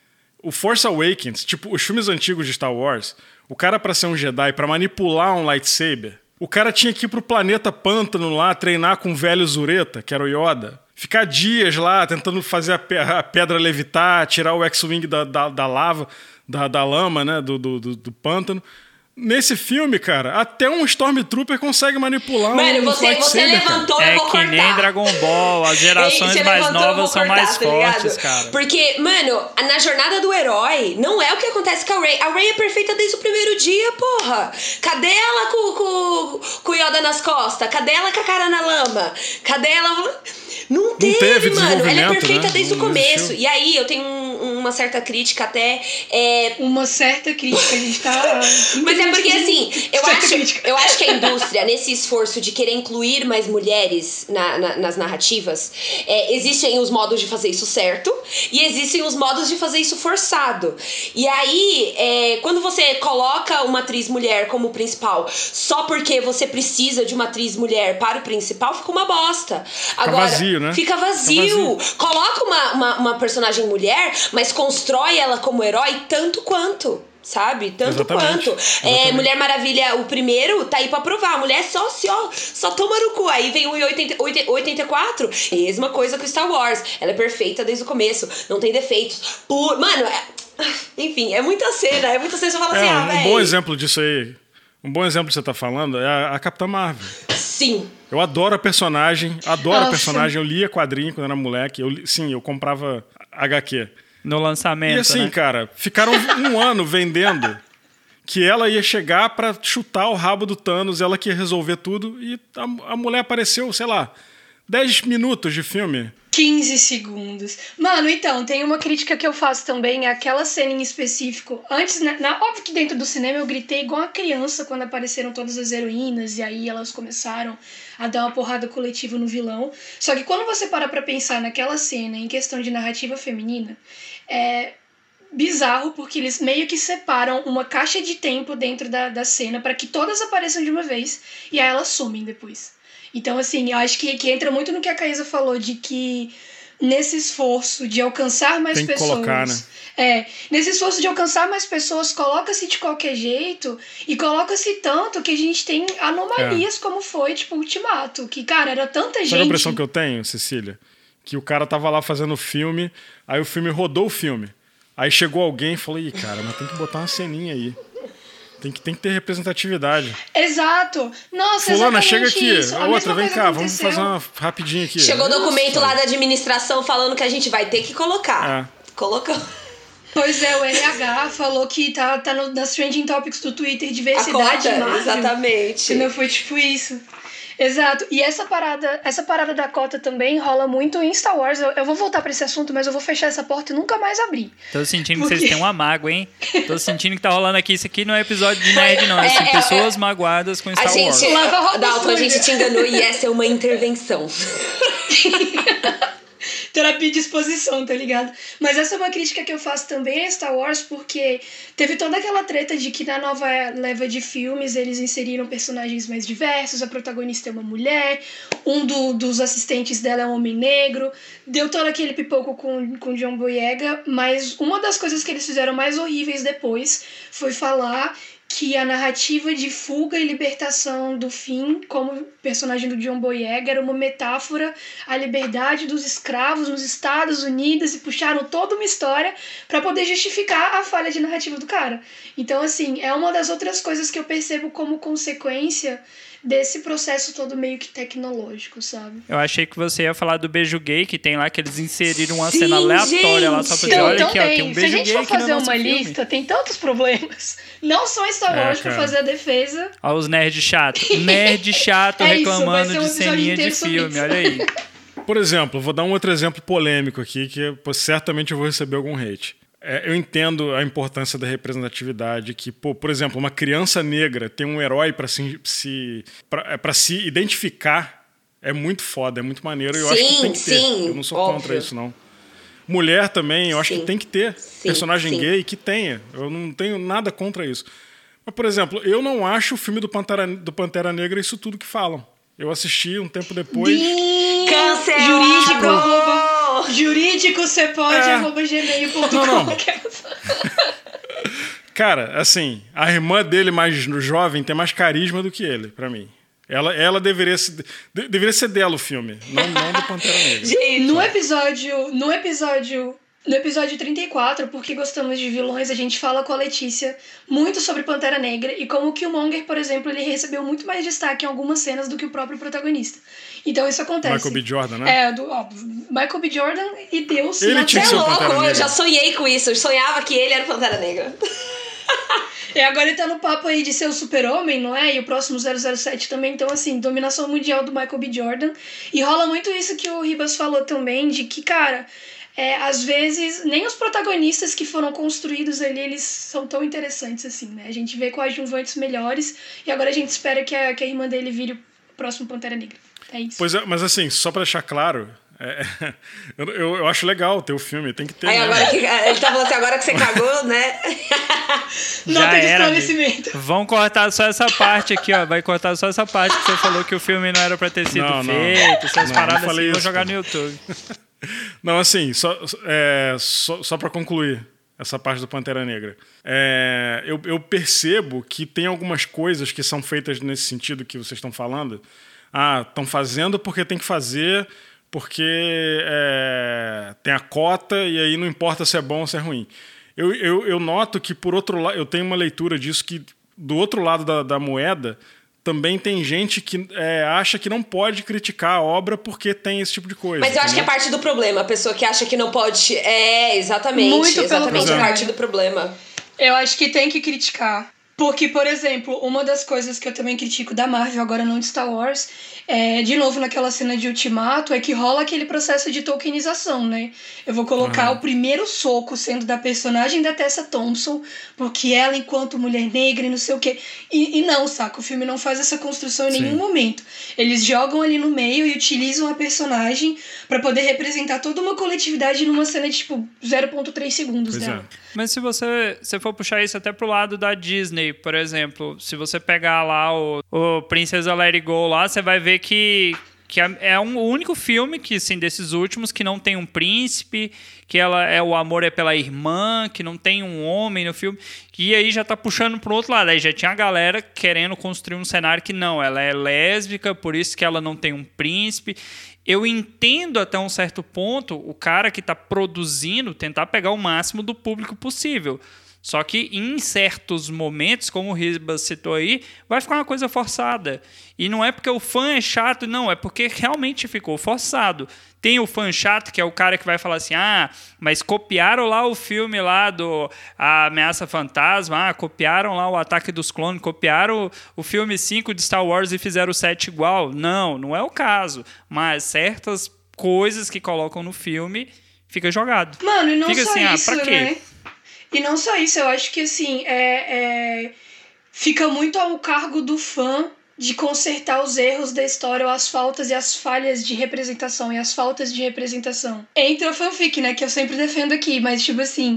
O Force Awakens, tipo, os filmes antigos de Star Wars, o cara pra ser um Jedi, pra manipular um lightsaber, o cara tinha que ir pro planeta Pântano lá, treinar com o velho Zureta, que era o Yoda. Ficar dias lá, tentando fazer a, pe- a pedra levitar, tirar o X-Wing da, da, da lava, da, da lama, né, do, do, do, do pântano. Nesse filme, cara, até um Stormtrooper consegue manipular Mano, um você, você lightsaber, cara. levantou, eu É vou que cortar. nem Dragon Ball, as gerações Você mais levantou, eu vou novas são cortar, mais tá ligado? fortes, cara. Porque, mano, na jornada do herói, não é o que acontece com a Rey. A Rey é perfeita desde o primeiro dia, porra. Cadê ela com, com, com o Yoda nas costas? Cadê ela com a cara na lama? Cadê ela... Não teve, teve mano. Ela é desenvolvimento, perfeita né? desde Não o começo. existiu. E aí, eu tenho um- uma certa crítica até... É, Uma certa crítica, a gente tá... mas é porque, assim, eu Certa acho, crítica. eu acho que a indústria, nesse esforço de querer incluir mais mulheres na- na- nas narrativas, é, existem os modos de fazer isso certo e existem os modos de fazer isso forçado. E aí, é, quando você coloca uma atriz mulher como principal só porque você precisa de uma atriz mulher para o principal, fica uma bosta. Agora, vazio, né? Fica vazio. Fica vazio. Coloca uma, uma, uma personagem mulher, mas constrói ela como herói tanto quanto. Sabe? Tanto Exatamente. quanto. É, Exatamente. Mulher Maravilha, o primeiro, tá aí pra provar. A mulher só, só, só toma no cu. Aí vem o em oitenta e quatro, mesma coisa que o Star Wars. Ela é perfeita desde o começo, não tem defeitos. Por... Mano, é... enfim, é muita cena, é muita cena. Você fala É, assim, ah, um véi. bom exemplo disso aí, um bom exemplo que você tá falando é a, a Capitã Marvel. Sim. Eu adoro a personagem, adoro Nossa. a personagem. Eu lia quadrinho quando era moleque. Eu, li- sim, eu comprava H Q. No lançamento, E assim, né? cara, ficaram um ano vendendo que ela ia chegar pra chutar o rabo do Thanos, ela que ia resolver tudo. E a, a mulher apareceu, sei lá, dez minutos de filme. quinze segundos. Mano, então, tem uma crítica que eu faço também, é aquela cena em específico. Antes, na, na- óbvio que dentro do cinema eu gritei igual uma criança quando apareceram todas as heroínas e aí elas começaram a dar uma porrada coletiva no vilão. Só que quando você para pra pensar naquela cena em questão de narrativa feminina, é... bizarro, porque eles meio que separam uma caixa de tempo dentro da, da cena para que todas apareçam de uma vez e aí elas sumem depois. Então, assim, eu acho que, que entra muito no que a Caísa falou, de que nesse esforço de alcançar mais Tem que pessoas... colocar, né? É, nesse esforço de alcançar mais pessoas, coloca-se de qualquer jeito e coloca-se tanto que a gente tem anomalias, é. como foi, tipo, Ultimato. Que, cara, era tanta gente... Sabe a impressão que eu tenho, Cecília? Que o cara tava lá fazendo o filme, aí o filme rodou o filme. Aí chegou alguém e falou, ih, cara, mas tem que botar uma ceninha aí. Tem que, tem que ter representatividade. Exato. Nossa, Fulana, chega aqui. Isso. A outra, vem cá, vamos fazer uma rapidinho aqui. Chegou o documento lá da administração falando que a gente vai ter que colocar. É. Colocou. Pois é, o R H falou que tá, tá no, nas trending topics do Twitter, diversidade. A cota, Marvel. exatamente. Não foi tipo isso. Exato. E essa parada, essa parada da cota também rola muito em Star Wars. Eu, eu vou voltar pra esse assunto, mas eu vou fechar essa porta e nunca mais abrir. Tô sentindo Porque... que vocês têm uma mágoa, hein? Tô sentindo que tá rolando aqui. Isso aqui não é episódio de nerd, não. É, é, pessoas é, magoadas com Star a gente, Wars. Dalton, a gente te enganou e essa é uma intervenção. Terapia de exposição, tá ligado? Mas essa é uma crítica que eu faço também a Star Wars, porque teve toda aquela treta de que na nova leva de filmes eles inseriram personagens mais diversos, a protagonista é uma mulher, um do, dos assistentes dela é um homem negro, deu todo aquele pipoco com, com John Boyega, mas uma das coisas que eles fizeram mais horríveis depois foi falar que a narrativa de fuga e libertação do Finn, como personagem do John Boyega, era uma metáfora à liberdade dos escravos nos Estados Unidos, e puxaram toda uma história para poder justificar a falha de narrativa do cara. Então, assim, é uma das outras coisas que eu percebo como consequência desse processo todo meio que tecnológico, sabe? Eu achei que você ia falar do beijo gay, que tem lá, que eles inseriram uma Sim, cena aleatória lá, só pra dizer, então, olha aqui, ó, também, tem um beijo gay aqui no nosso filme. Se a gente for fazer uma lista, tem tantos problemas. Não só em Star Wars é, pra fazer a defesa. Olha os nerds chatos. Nerd chato é reclamando isso, um de ceninha de filme, olha aí. Por exemplo, vou dar um outro exemplo polêmico aqui, que pô, certamente eu vou receber algum hate. É, eu entendo a importância da representatividade, que, pô, por exemplo, uma criança negra tem um herói para se, se, pra, se identificar, é muito foda, é muito maneiro, e eu sim, acho que tem que ter. Sim, eu não sou óbvio. contra isso, não. Mulher também, eu acho sim. que tem que ter. Sim, personagem sim. gay que tenha. Eu não tenho nada contra isso. Mas, por exemplo, eu não acho o filme do Pantera, do Pantera Negra isso tudo que falam. Eu assisti um tempo depois. Cancel! Jurídico, arroba, jurídico você pode, é. arroba gmail ponto com. Não, não. Cara, assim, a irmã dele mais jovem tem mais carisma do que ele, pra mim. Ela, ela deveria, ser, de, deveria ser dela o filme, não, não do Pantera Negra. Gente, no episódio, no episódio, no episódio trinta e quatro, Porque Gostamos de Vilões, a gente fala com a Letícia muito sobre Pantera Negra e como o Killmonger, por exemplo, ele recebeu muito mais destaque em algumas cenas do que o próprio protagonista. Então isso acontece. Michael B. Jordan, né? É, do, ó, Michael B. Jordan e Deus. Ele tinha que ser o Pantera Negra. Eu já sonhei com isso, eu sonhava que ele era o Pantera Negra. E agora ele tá no papo aí de ser o super-homem, não é? E o próximo zero zero sete também. Então, assim, dominação mundial do Michael B. Jordan. E rola muito isso que o Ribas falou também, de que, cara, é, às vezes, nem os protagonistas que foram construídos ali, eles são tão interessantes assim, né? A gente vê coadjuvantes melhores e agora a gente espera que a, que a irmã dele vire o próximo Pantera Negra. É isso. Pois é, mas assim, só pra deixar claro... É, eu, eu, eu acho legal ter o filme, tem que ter. Aí, né? agora que, ele tá falando assim, agora que você cagou, né? Nota de esclarecimento. Vão cortar só essa parte aqui, ó. Vai cortar só essa parte que você falou que o filme não era pra ter sido não, feito. Essas não, paradas não assim, isso, vou jogar pô. no YouTube. Não, assim, só, é, só, só pra concluir essa parte do Pantera Negra. É, eu, eu percebo que tem algumas coisas que são feitas nesse sentido que vocês estão falando. Ah, estão fazendo porque tem que fazer... porque é, tem a cota e aí não importa se é bom ou se é ruim. Eu, eu, eu noto que, por outro lado, eu tenho uma leitura disso que, do outro lado da, da moeda, também tem gente que é, acha que não pode criticar a obra porque tem esse tipo de coisa. Mas eu entendeu? acho que é parte do problema. A pessoa que acha que não pode... É, exatamente. Muito exatamente pelo parte do problema. Eu acho que tem que criticar. Porque, por exemplo, uma das coisas que eu também critico da Marvel, agora não de Star Wars, é, de novo naquela cena de Ultimato, é que rola aquele processo de tokenização, né? Eu vou colocar uhum. o primeiro soco sendo da personagem da Tessa Thompson, porque ela, enquanto mulher negra e não sei o quê. E, e não, saca? O filme não faz essa construção em Sim. nenhum momento. Eles jogam ali no meio e utilizam a personagem pra poder representar toda uma coletividade numa cena de, tipo, zero vírgula três segundos pois dela. É. Mas se você se for puxar isso até pro lado da Disney, por exemplo, se você pegar lá o, o Princesa Let It Go lá, você vai ver que, que é um, o único filme que, assim, desses últimos que não tem um príncipe, que ela é o amor é pela irmã, que não tem um homem no filme, e aí já tá puxando pro outro lado. Aí já tinha a galera querendo construir um cenário que não, ela é lésbica, por isso que ela não tem um príncipe. Eu entendo até um certo ponto o cara que está produzindo tentar pegar o máximo do público possível. Só que em certos momentos, como o Ribas citou aí, vai ficar uma coisa forçada. E não é porque o fã é chato, não, é porque realmente ficou forçado. Tem o fã chato, que é o cara que vai falar assim, ah, mas copiaram lá o filme lá do A Ameaça Fantasma, ah, copiaram lá o Ataque dos Clones, copiaram o, o filme cinco de Star Wars e fizeram o sete igual. Não, não é o caso. Mas certas coisas que colocam no filme, fica jogado. Mano, e não fica só assim, isso, ah, pra quê? Né? E não só isso, eu acho que assim, é, é, fica muito ao cargo do fã de consertar os erros da história, ou as faltas e as falhas de representação, e as faltas de representação. Entra o fanfic, né, que eu sempre defendo aqui, mas tipo assim,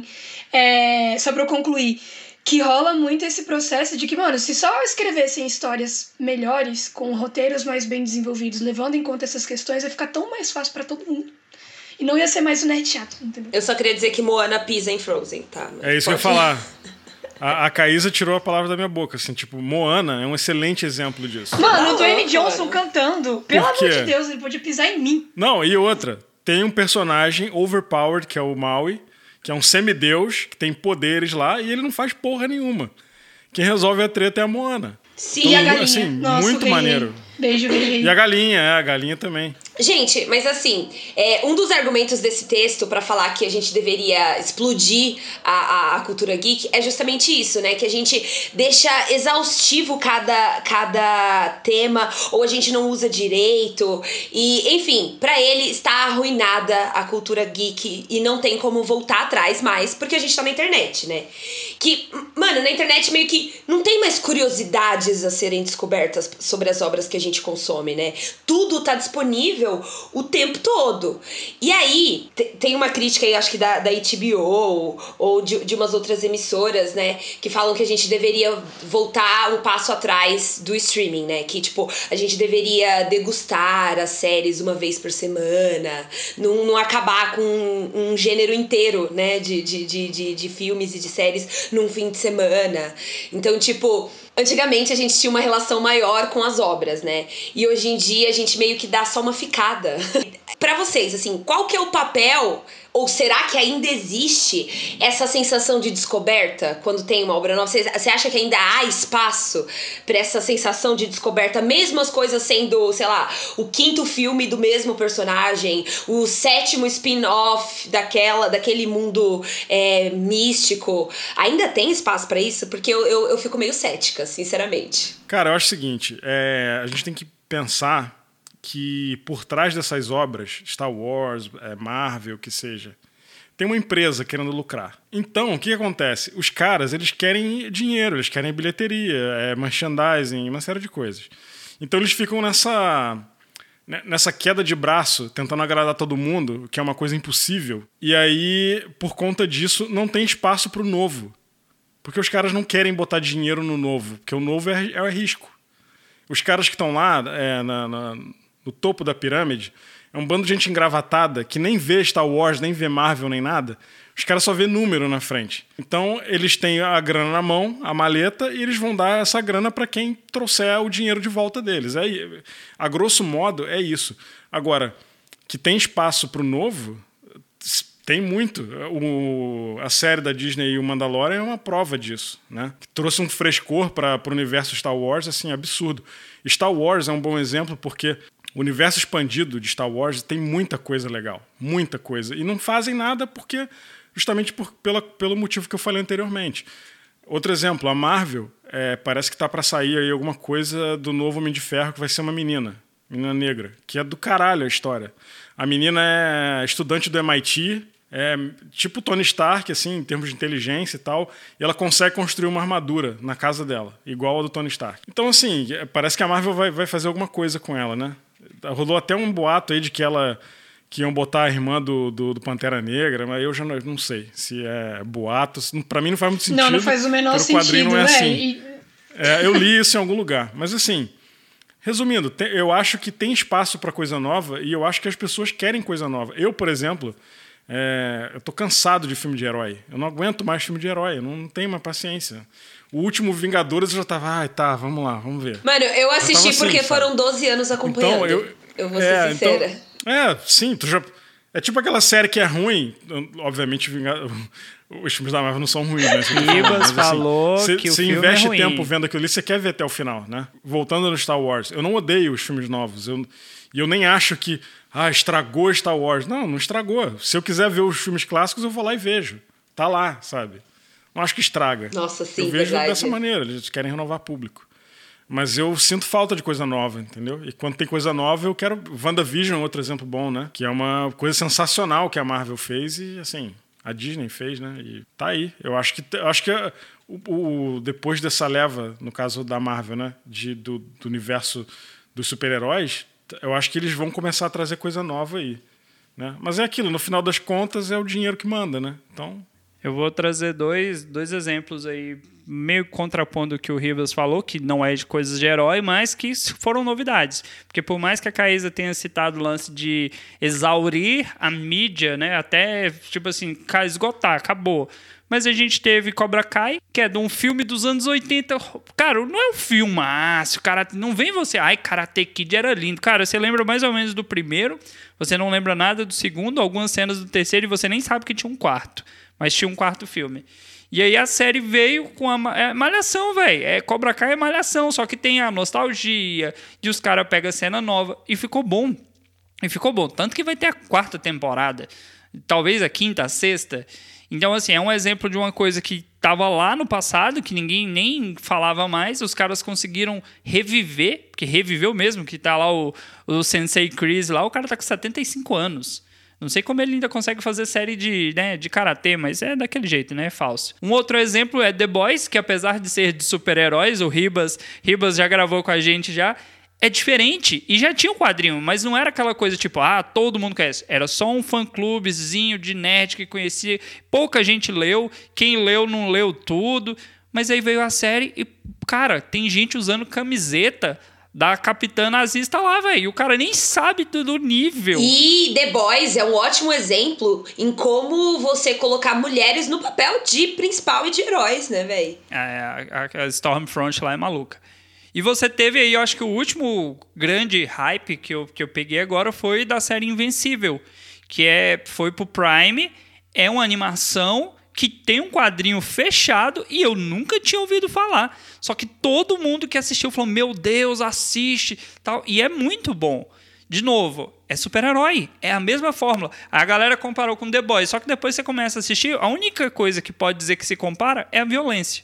é, só pra eu concluir, que rola muito esse processo de que, mano, se só escrevessem histórias melhores, com roteiros mais bem desenvolvidos, levando em conta essas questões, ia ficar tão mais fácil pra todo mundo. E não ia ser mais um nerd chato, entendeu? Eu só queria dizer que Moana pisa em Frozen, tá? Mas é isso pode... que eu ia falar. A, a Caísa tirou a palavra da minha boca, assim, tipo, Moana é um excelente exemplo disso. Mano, o Dwayne Johnson cantando, pelo amor de Deus, ele podia pisar em mim. Não, e outra, tem um personagem overpowered, que é o Maui, que é um semideus, que tem poderes lá, e ele não faz porra nenhuma. Quem resolve a treta é a Moana. Sim, então, e a galinha. Assim, Nossa, muito rei, maneiro. Beijo, rei. E a galinha, é, a galinha também. Gente, mas assim, é, um dos argumentos desse texto pra falar que a gente deveria explodir a, a, a cultura geek é justamente isso, né? Que a gente deixa exaustivo cada, cada tema, ou a gente não usa direito. E, enfim, pra ele está arruinada a cultura geek e não tem como voltar atrás mais, porque a gente tá na internet, né? Que, mano, na internet meio que não tem mais curiosidades a serem descobertas sobre as obras que a gente consome, né? Tudo tá disponível o tempo todo. E aí, t- tem uma crítica aí, acho que da, da H B O ou de, de umas outras emissoras, né? Que falam que a gente deveria voltar um passo atrás do streaming, né? Que, tipo, a gente deveria degustar as séries uma vez por semana, não, não acabar com um, um gênero inteiro, né? De, de, de, de, de filmes e de séries num fim de semana. Então, tipo... Antigamente a gente tinha uma relação maior com as obras, né? E hoje em dia a gente meio que dá só uma ficada. Pra vocês, assim, qual que é o papel, ou será que ainda existe essa sensação de descoberta quando tem uma obra nova? Você, você acha que ainda há espaço pra essa sensação de descoberta, mesmo as coisas sendo, sei lá, o quinto filme do mesmo personagem, o sétimo spin-off daquela, daquele mundo é, místico? Ainda tem espaço pra isso? Porque eu, eu, eu fico meio cética, sinceramente. Cara, eu acho o seguinte, é, a gente tem que pensar que por trás dessas obras, Star Wars, Marvel, o que seja, tem uma empresa querendo lucrar. Então, o que acontece? Os caras, eles querem dinheiro, eles querem bilheteria, é, merchandising, uma série de coisas. Então, eles ficam nessa, nessa queda de braço, tentando agradar todo mundo, que é uma coisa impossível. E aí, por conta disso, não tem espaço para o novo. Porque os caras não querem botar dinheiro no novo, porque o novo é, é risco. Os caras que estão lá é, na, na, no topo da pirâmide é um bando de gente engravatada que nem vê Star Wars, nem vê Marvel, nem nada. Os caras só vê número na frente. Então, eles têm a grana na mão, a maleta, e eles vão dar essa grana para quem trouxer o dinheiro de volta deles. É, a grosso modo, é isso. Agora, que tem espaço para o novo... Tem muito. O, a série da Disney e o Mandalorian é uma prova disso, né? Que trouxe um frescor para o universo Star Wars, assim, absurdo. Star Wars é um bom exemplo porque o universo expandido de Star Wars tem muita coisa legal. Muita coisa. E não fazem nada porque justamente por, pela, pelo motivo que eu falei anteriormente. Outro exemplo, a Marvel é, parece que tá pra sair aí alguma coisa do novo Homem de Ferro que vai ser uma menina, menina negra, que é do caralho a história. A menina é estudante do M I T, é tipo Tony Stark, assim, em termos de inteligência e tal, e ela consegue construir uma armadura na casa dela, igual a do Tony Stark. Então, assim, parece que a Marvel vai, vai fazer alguma coisa com ela, né? Rolou até um boato aí de que ela... que iam botar a irmã do, do, do Pantera Negra, mas eu já não, não sei se é boato. Pra mim não faz muito sentido. Não, não faz o menor sentido, quadrinho não é né? assim. E... É, eu li isso em algum lugar. Mas assim, resumindo, te, eu acho que tem espaço pra coisa nova e eu acho que as pessoas querem coisa nova. Eu, por exemplo, é, eu tô cansado de filme de herói. Eu não aguento mais filme de herói, eu não tenho mais paciência. O último Vingadores eu já tava, ai, tá, vamos lá, vamos ver. Mano, eu assisti assim, porque sabe? foram doze anos acompanhando. Então, eu, eu vou ser é, sincera. Então, é, sim, tu já... É tipo aquela série que é ruim, obviamente os filmes da Marvel não são ruins, né? Ribas falou cê, que o cê filme investe é ruim. tempo vendo aquilo ali, você quer ver até o final, né? Voltando no Star Wars, eu não odeio os filmes novos, eu, e eu nem acho que ah, estragou Star Wars. Não, não estragou. Se eu quiser ver os filmes clássicos, eu vou lá e vejo. Tá lá, sabe? Não acho que estraga. Nossa, sim, eu vejo verdade. dessa maneira, eles querem renovar público. Mas eu sinto falta de coisa nova, entendeu? E quando tem coisa nova, eu quero... WandaVision é outro exemplo bom, né? Que é uma coisa sensacional que a Marvel fez e, assim, a Disney fez, né? E tá aí. Eu acho que, eu acho que o, o, depois dessa leva, no caso da Marvel, né? De, do, do universo dos super-heróis, eu acho que eles vão começar a trazer coisa nova aí, né? Mas é aquilo, no final das contas, é o dinheiro que manda, né? Então... Eu vou trazer dois, dois exemplos aí, meio contrapondo o que o Ribas falou, que não é de coisas de herói, mas que foram novidades. Porque por mais que a Caísa tenha citado o lance de exaurir a mídia, né, até, tipo assim, esgotar, acabou. Mas a gente teve Cobra Kai, que é de um filme dos anos oitenta. Cara, não é um filmaço, cara, não vem você... Ai, Karate Kid era lindo. Cara, você lembra mais ou menos do primeiro, você não lembra nada do segundo, algumas cenas do terceiro, e você nem sabe que tinha um quarto. Mas tinha um quarto filme. E aí a série veio com a é, Malhação, velho. É, Cobra Kai é Malhação, só que tem a nostalgia, e os caras pegam a cena nova. E ficou bom. E ficou bom. Tanto que vai ter a quarta temporada. Talvez a quinta, a sexta. Então, assim, é um exemplo de uma coisa que estava lá no passado, que ninguém nem falava mais. Os caras conseguiram reviver, porque reviveu mesmo, que tá lá o, o Sensei Chris lá. O cara tá com setenta e cinco anos. Não sei como ele ainda consegue fazer série de, né, de karatê, mas é daquele jeito, né? É falso. Um outro exemplo é The Boys, que apesar de ser de super-heróis, o Ribas, Ribas já gravou com a gente já, é diferente. E já tinha um quadrinho, mas não era aquela coisa tipo, ah, todo mundo conhece. Era só um fã-clubezinho de nerd que conhecia. Pouca gente leu, quem leu não leu tudo. Mas aí veio a série e, cara, tem gente usando camiseta da capitã nazista lá, velho. E o cara nem sabe do, do nível. E The Boys é um ótimo exemplo em como você colocar mulheres no papel de principal e de heróis, né, velho? A, a, a Stormfront lá é maluca. E você teve aí, eu acho que o último grande hype que eu, que eu peguei agora foi da série Invencível, que é, foi pro Prime, é uma animação que tem um quadrinho fechado e eu nunca tinha ouvido falar. Só que todo mundo que assistiu falou, meu Deus, assiste, tal. E é muito bom. De novo, é super-herói, é a mesma fórmula. A galera comparou com The Boys, só que depois você começa a assistir, a única coisa que pode dizer que se compara é a violência.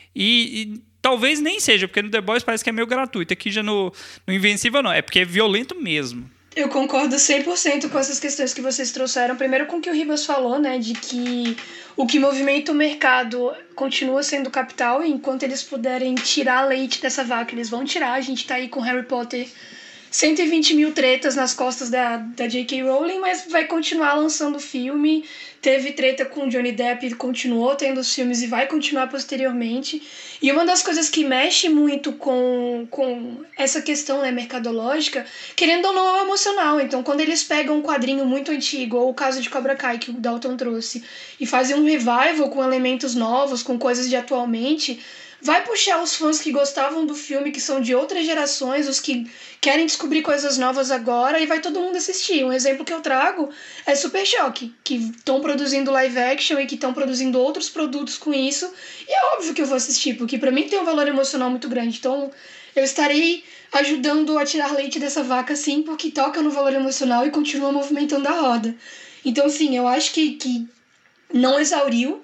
E, e talvez nem seja, porque no The Boys parece que é meio gratuito. Aqui já no, no Invencível não, é porque é violento mesmo. Eu concordo cem por cento com essas questões que vocês trouxeram. Primeiro com o que o Ribas falou, né, de que o que movimenta o mercado continua sendo capital, e enquanto eles puderem tirar leite dessa vaca, eles vão tirar. A gente tá aí com Harry Potter, cento e vinte mil tretas nas costas da, da J K. Rowling, mas vai continuar lançando filme. Teve treta com Johnny Depp e continuou tendo os filmes e vai continuar posteriormente. E uma das coisas que mexe muito com, com essa questão, né, mercadológica, querendo ou não, é o emocional. Então, quando eles pegam um quadrinho muito antigo, ou o caso de Cobra Kai, que o Dalton trouxe, e fazem um revival com elementos novos, com coisas de atualmente, vai puxar os fãs que gostavam do filme, que são de outras gerações, os que querem descobrir coisas novas agora, e vai todo mundo assistir. Um exemplo que eu trago é Super Choque, que estão produzindo live action e que estão produzindo outros produtos com isso, e é óbvio que eu vou assistir, porque pra mim tem um valor emocional muito grande. Então eu estarei ajudando a tirar leite dessa vaca, sim, porque toca no valor emocional e continua movimentando a roda. Então, sim, eu acho que, que não exauriu.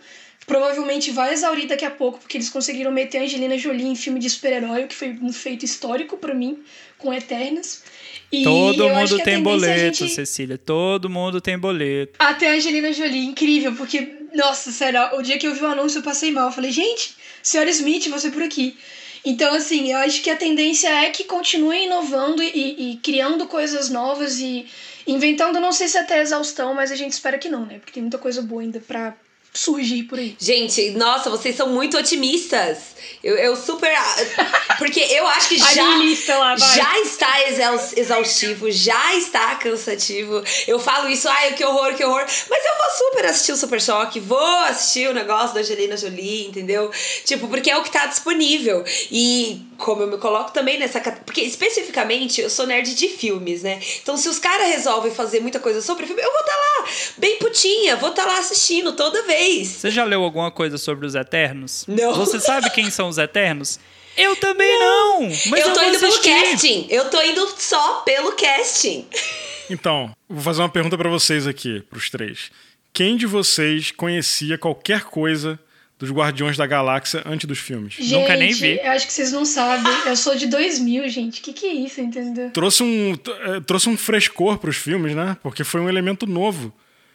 provavelmente vai exaurir daqui a pouco, porque eles conseguiram meter a Angelina Jolie em filme de super-herói, o que foi um feito histórico pra mim, com Eternos. E Todo eu acho mundo que a tem tendência é a boleto, gente... Cecília. Todo mundo tem boleto. Até a Angelina Jolie, incrível, porque, nossa, sério, o dia que eu vi o anúncio eu passei mal. Eu falei, gente, senhora Smith, você por aqui. Então, assim, eu acho que a tendência é que continue inovando e, e criando coisas novas e inventando, não sei se até exaustão, mas a gente espera que não, né? Porque tem muita coisa boa ainda pra surgir por aí. Gente, nossa, vocês são muito otimistas. Eu, eu super... Porque eu acho que já, lista lá, vai. já está exaus- exaustivo, já está cansativo. Eu falo isso, ai, que horror, que horror. Mas eu vou super assistir o Super Choque, vou assistir o negócio da Angelina Jolie, entendeu? Tipo, porque é o que tá disponível. E como eu me coloco também nessa... Porque especificamente eu sou nerd de filmes, né? Então se os caras resolvem fazer muita coisa sobre filme, eu vou estar lá, bem putinha, vou estar lá assistindo toda vez. Você já leu alguma coisa sobre os Eternos? Não. Você sabe quem são os Eternos? Eu também não, mas eu, eu tô vou indo assistir. pelo casting. Eu tô indo só pelo casting. Então, vou fazer uma pergunta pra vocês aqui, pros três. Quem de vocês conhecia qualquer coisa dos Guardiões da Galáxia antes dos filmes? Gente, Nunca nem vi. eu acho que vocês não sabem. Eu sou de dois mil, gente. Que que é isso, entendeu? Trouxe um, eh, trouxe um frescor pros filmes, né? Porque foi um elemento novo.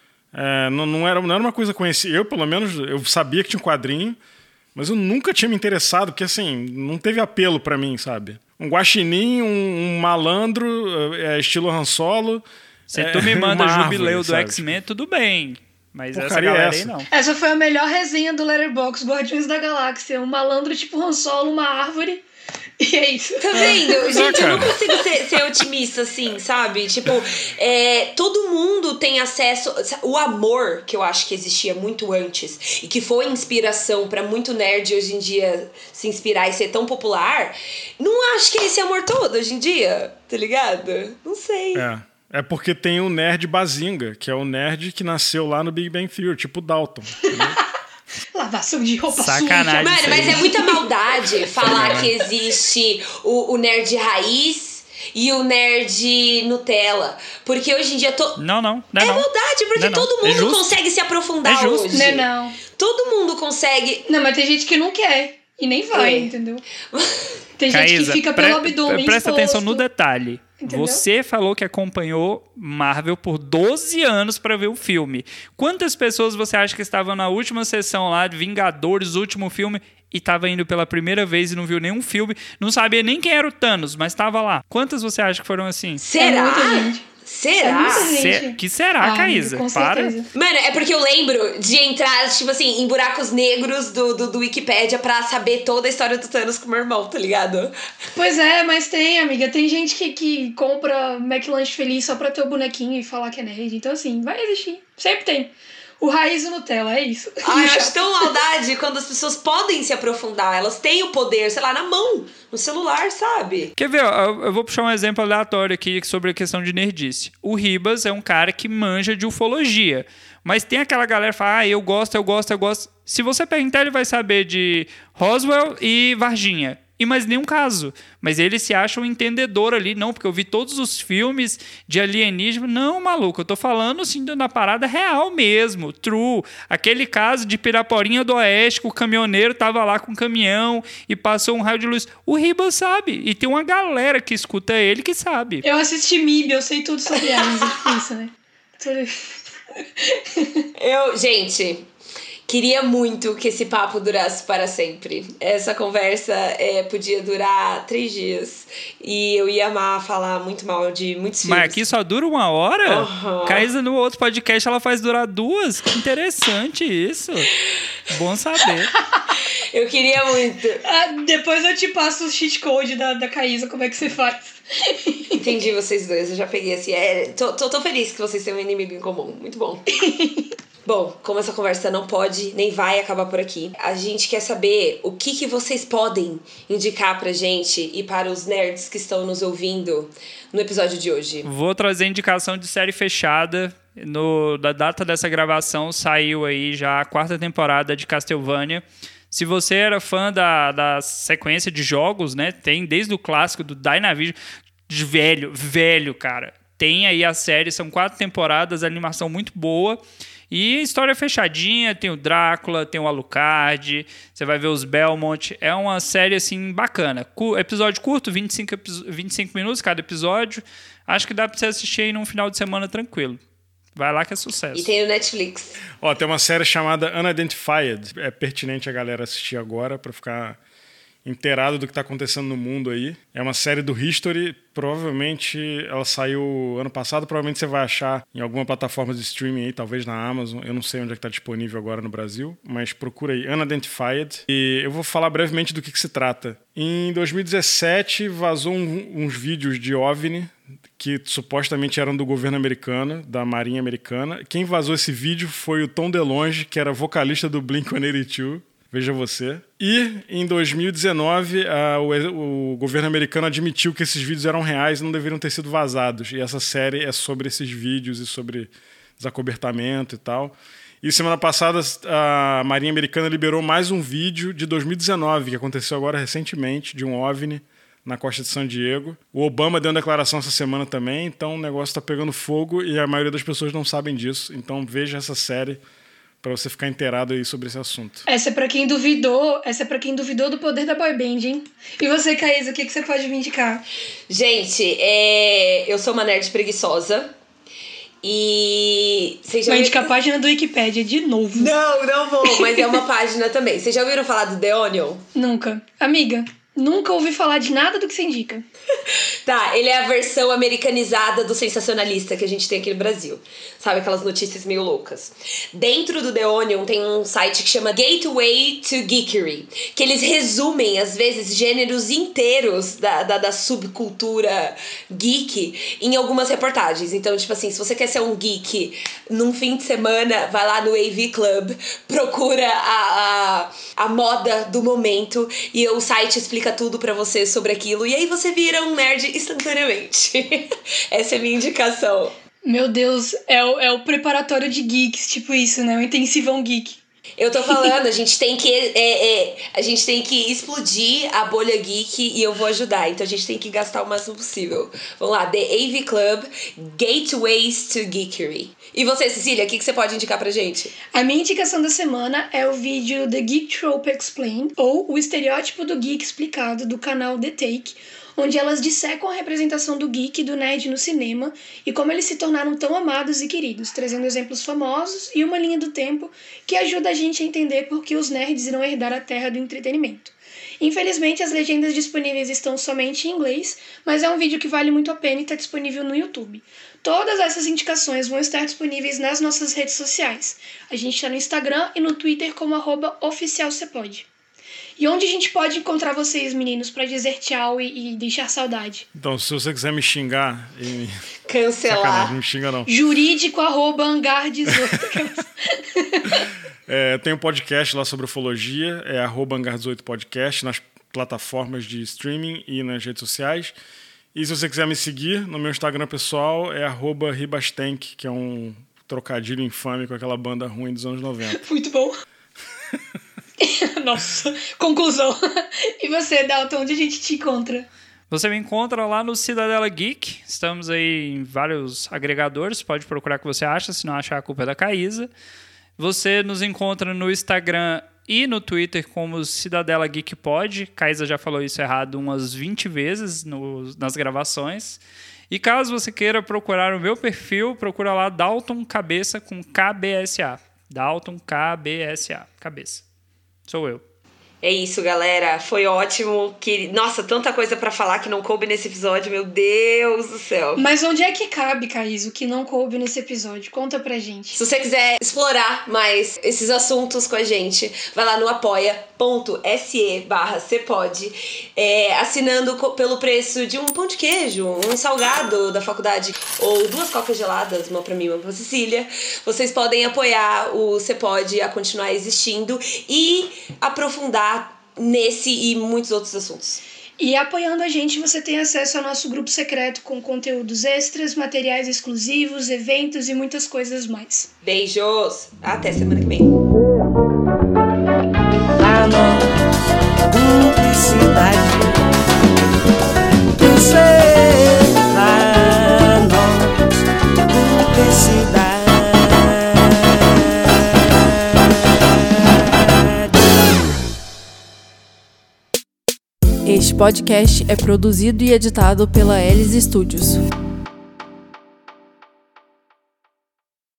É, não, não, era, não era uma coisa conhecida. Eu, pelo menos, eu sabia que tinha um quadrinho, mas eu nunca tinha me interessado, porque, assim, não teve apelo pra mim, sabe? Um guaxinim, um, um malandro, é, estilo Han Solo. Se é, tu me manda uma Jubileu árvore, do sabe? X-Men, tudo bem. Mas essa Porcaria galera é aí essa? não. Essa foi a melhor resenha do Letterboxd, Guardiões da Galáxia. Um malandro tipo Han Solo, uma árvore. E é isso. Tá vendo? Pois é, Gente, eu não cara. consigo ser, ser otimista assim, sabe? Tipo, é, todo mundo tem acesso... O amor, que eu acho que existia muito antes e que foi inspiração pra muito nerd hoje em dia se inspirar e ser tão popular, não acho que é esse amor todo hoje em dia, tá ligado? Não sei. É. É porque tem o nerd Bazinga, que é o nerd que nasceu lá no Big Bang Theory, tipo Dalton. Lavação de roupa Sacanagem. suja. Mano, isso mas aí. é muita maldade falar que existe o, o nerd raiz e o nerd Nutella. Porque hoje em dia... To... Não, não. Não é é não. maldade, porque Não é não. todo É mundo justo. consegue se aprofundar É justo. hoje. Não, é não. Todo mundo consegue... Não, mas tem gente que não quer. E nem vai, É. entendeu? Tem gente Caísa, que fica pre- pelo abdômen presta exposto. atenção no detalhe. Entendeu? Você falou que acompanhou Marvel por doze anos pra ver o filme. Quantas pessoas você acha que estavam na última sessão lá de Vingadores, último filme, e tava indo pela primeira vez e não viu nenhum filme, não sabia nem quem era o Thanos, mas tava lá. Quantas você acha que foram assim? Será? É muita gente. Será? É muita gente. Se- que será, Ah, Caísa? com Para. certeza. Mano, é porque eu lembro de entrar, tipo assim, em buracos negros do, do, do Wikipédia pra saber toda a história do Thanos com o meu irmão, tá ligado? Pois é, mas tem, amiga. Tem gente que, que compra McLanche Feliz só pra ter o bonequinho e falar que é nerd. Então, assim, vai existir. Sempre tem. O raiz e o Nutella, é isso. Ai, eu acho tão maldade quando as pessoas podem se aprofundar. Elas têm o poder, sei lá, na mão, no celular, sabe? Quer ver? ó, Eu eu vou puxar um exemplo aleatório aqui sobre a questão de nerdice. O Ribas é um cara que manja de ufologia. Mas tem aquela galera que fala, ah, eu gosto, eu gosto, eu gosto. Se você perguntar, ele vai saber de Roswell e Varginha. E mais nenhum caso. Mas ele se acha um entendedor ali. Não, porque eu vi todos os filmes de alienígena. Não, maluco, eu tô falando assim na parada real mesmo. True. Aquele caso de Piraporinha do Oeste, que o caminhoneiro tava lá com o caminhão e passou um raio de luz. O Ribas sabe. E tem uma galera que escuta ele que sabe. Eu assisti M I B, eu sei tudo sobre aliens. É tipo isso, né? Eu, gente, queria muito que esse papo durasse para sempre. Essa conversa é, podia durar três dias. E eu ia amar falar muito mal de muitos filmes. Mas aqui só dura uma hora? Uhum. Caísa no outro podcast ela faz durar duas? Que interessante isso. Bom saber. Eu queria muito. Ah, depois eu te passo o cheat code da, da Caísa, como é que você faz. Entendi vocês dois, eu já peguei assim. É, tô, tô, tô feliz que vocês têm um inimigo em comum. Muito bom. Bom, como essa conversa não pode nem vai acabar por aqui, a gente quer saber o que, que vocês podem indicar pra gente e para os nerds que estão nos ouvindo no episódio de hoje. Vou trazer indicação de série fechada. No, da data dessa gravação saiu aí já a quarta temporada de Castlevania. Se você era fã da, da sequência de jogos, né? Tem desde o clássico do Dynavision, de velho, velho, cara. Tem aí a série, são quatro temporadas, animação muito boa. E história fechadinha, tem o Drácula, tem o Alucard, você vai ver os Belmont. É uma série, assim, bacana. Cu- episódio curto, vinte e cinco, epi- vinte e cinco minutos cada episódio. Acho que dá pra você assistir aí num final de semana tranquilo. Vai lá que é sucesso. E tem no Netflix. Ó, tem uma série chamada Unidentified. É pertinente a galera assistir agora pra ficar inteirado do que tá acontecendo no mundo aí. É uma série do History. Provavelmente ela saiu ano passado. Provavelmente você vai achar em alguma plataforma de streaming aí, talvez na Amazon. Eu não sei onde é que tá disponível agora no Brasil, mas procura aí Unidentified. E eu vou falar brevemente do que, que se trata. Em dois mil e dezessete vazou um, uns vídeos de OVNI que supostamente eram do governo americano, da Marinha Americana. Quem vazou esse vídeo foi o Tom DeLonge, que era vocalista do Blink one eighty-two. Veja você. E, em dois mil e dezenove, a, o, o governo americano admitiu que esses vídeos eram reais e não deveriam ter sido vazados. E essa série é sobre esses vídeos e sobre desacobertamento e tal. E semana passada, a Marinha Americana liberou mais um vídeo de dois mil e dezenove, que aconteceu agora recentemente, de um OVNI na costa de San Diego. O Obama deu uma declaração essa semana também, então o negócio está pegando fogo e a maioria das pessoas não sabem disso. Então veja essa série para você ficar inteirado aí sobre esse assunto. Essa é pra quem duvidou, essa é pra quem duvidou do poder da boy band, hein? E você, Caísa, o que, que você pode me indicar? Gente, é... eu sou uma nerd preguiçosa. E... Vocês já Vai ouviram- indicar a página do Wikipedia de novo. Não, não vou, mas é uma página também. Vocês já ouviram falar do The Onion? Nunca. Amiga, nunca ouvi falar de nada do que você indica. Tá, ele é a versão americanizada do sensacionalista que a gente tem aqui no Brasil. Sabe, aquelas notícias meio loucas. Dentro do The Onion tem um site que chama Gateway to Geekery, que eles resumem, às vezes, gêneros inteiros da, da, da subcultura geek em algumas reportagens. Então, tipo assim, se você quer ser um geek num fim de semana, vai lá no A V Club, procura a, a, a moda do momento e o site explica tudo pra você sobre aquilo. E aí você vira um nerd instantaneamente. Essa é a minha indicação. Meu Deus, é o, é o preparatório de geeks, tipo isso, né? O intensivão geek. Eu tô falando, a gente tem que é, é, a gente tem que explodir a bolha geek e eu vou ajudar. Então a gente tem que gastar o máximo possível. Vamos lá, The A V Club, Gateways to Geekery. E você, Cecília, o que, que você pode indicar pra gente? A minha indicação da semana é o vídeo The Geek Trope Explained, ou o estereótipo do geek explicado, do canal The Take, onde elas dissecam a representação do geek e do nerd no cinema e como eles se tornaram tão amados e queridos, trazendo exemplos famosos e uma linha do tempo que ajuda a gente a entender por que os nerds irão herdar a terra do entretenimento. Infelizmente, as legendas disponíveis estão somente em inglês, mas é um vídeo que vale muito a pena e está disponível no YouTube. Todas essas indicações vão estar disponíveis nas nossas redes sociais. A gente está no Instagram e no Twitter como arroba oficialcepod. E onde a gente pode encontrar vocês, meninos, pra dizer tchau e, e deixar saudade? Então, se você quiser me xingar... E me... Cancelar. Sacanagem, não me xinga não. Jurídico arroba hangar dezoito. É, tem um podcast lá sobre ufologia, é arroba hangar dezoito podcast, nas plataformas de streaming e nas redes sociais. E se você quiser me seguir, no meu Instagram pessoal é arroba ribastank, que é um trocadilho infame com aquela banda ruim dos anos noventa. Muito bom. Nossa, conclusão. E você, Dalton, onde a gente te encontra? Você me encontra lá no Cidadela Geek. Estamos aí em vários agregadores. Pode procurar o que você acha. Se não achar, a culpa é da Caísa. Você nos encontra no Instagram e no Twitter como Cidadela Geek Pod. Caísa já falou isso errado umas vinte vezes no, nas gravações. E caso você queira procurar o meu perfil, procura lá Dalton Cabeça com K B S A. Dalton K B S A. Cabeça. Sou eu. É isso, galera. Foi ótimo. Que... Nossa, tanta coisa pra falar que não coube nesse episódio. Meu Deus do céu. Mas onde é que cabe, Caís, o que não coube nesse episódio? Conta pra gente. Se você quiser explorar mais esses assuntos com a gente, vai lá no apoia.se barra cepod, é, assinando co- pelo preço de um pão de queijo, um salgado da faculdade, ou duas cocas geladas, uma pra mim e uma pra Cecília. Vocês podem apoiar o Cepod a continuar existindo e aprofundar nesse e muitos outros assuntos. E apoiando a gente, você tem acesso ao nosso grupo secreto com conteúdos extras, materiais exclusivos, eventos e muitas coisas mais. Beijos! Até semana que vem. Nano, publicidade. Pensei, nano, publicidade. Este podcast é produzido e editado pela Elis Studios.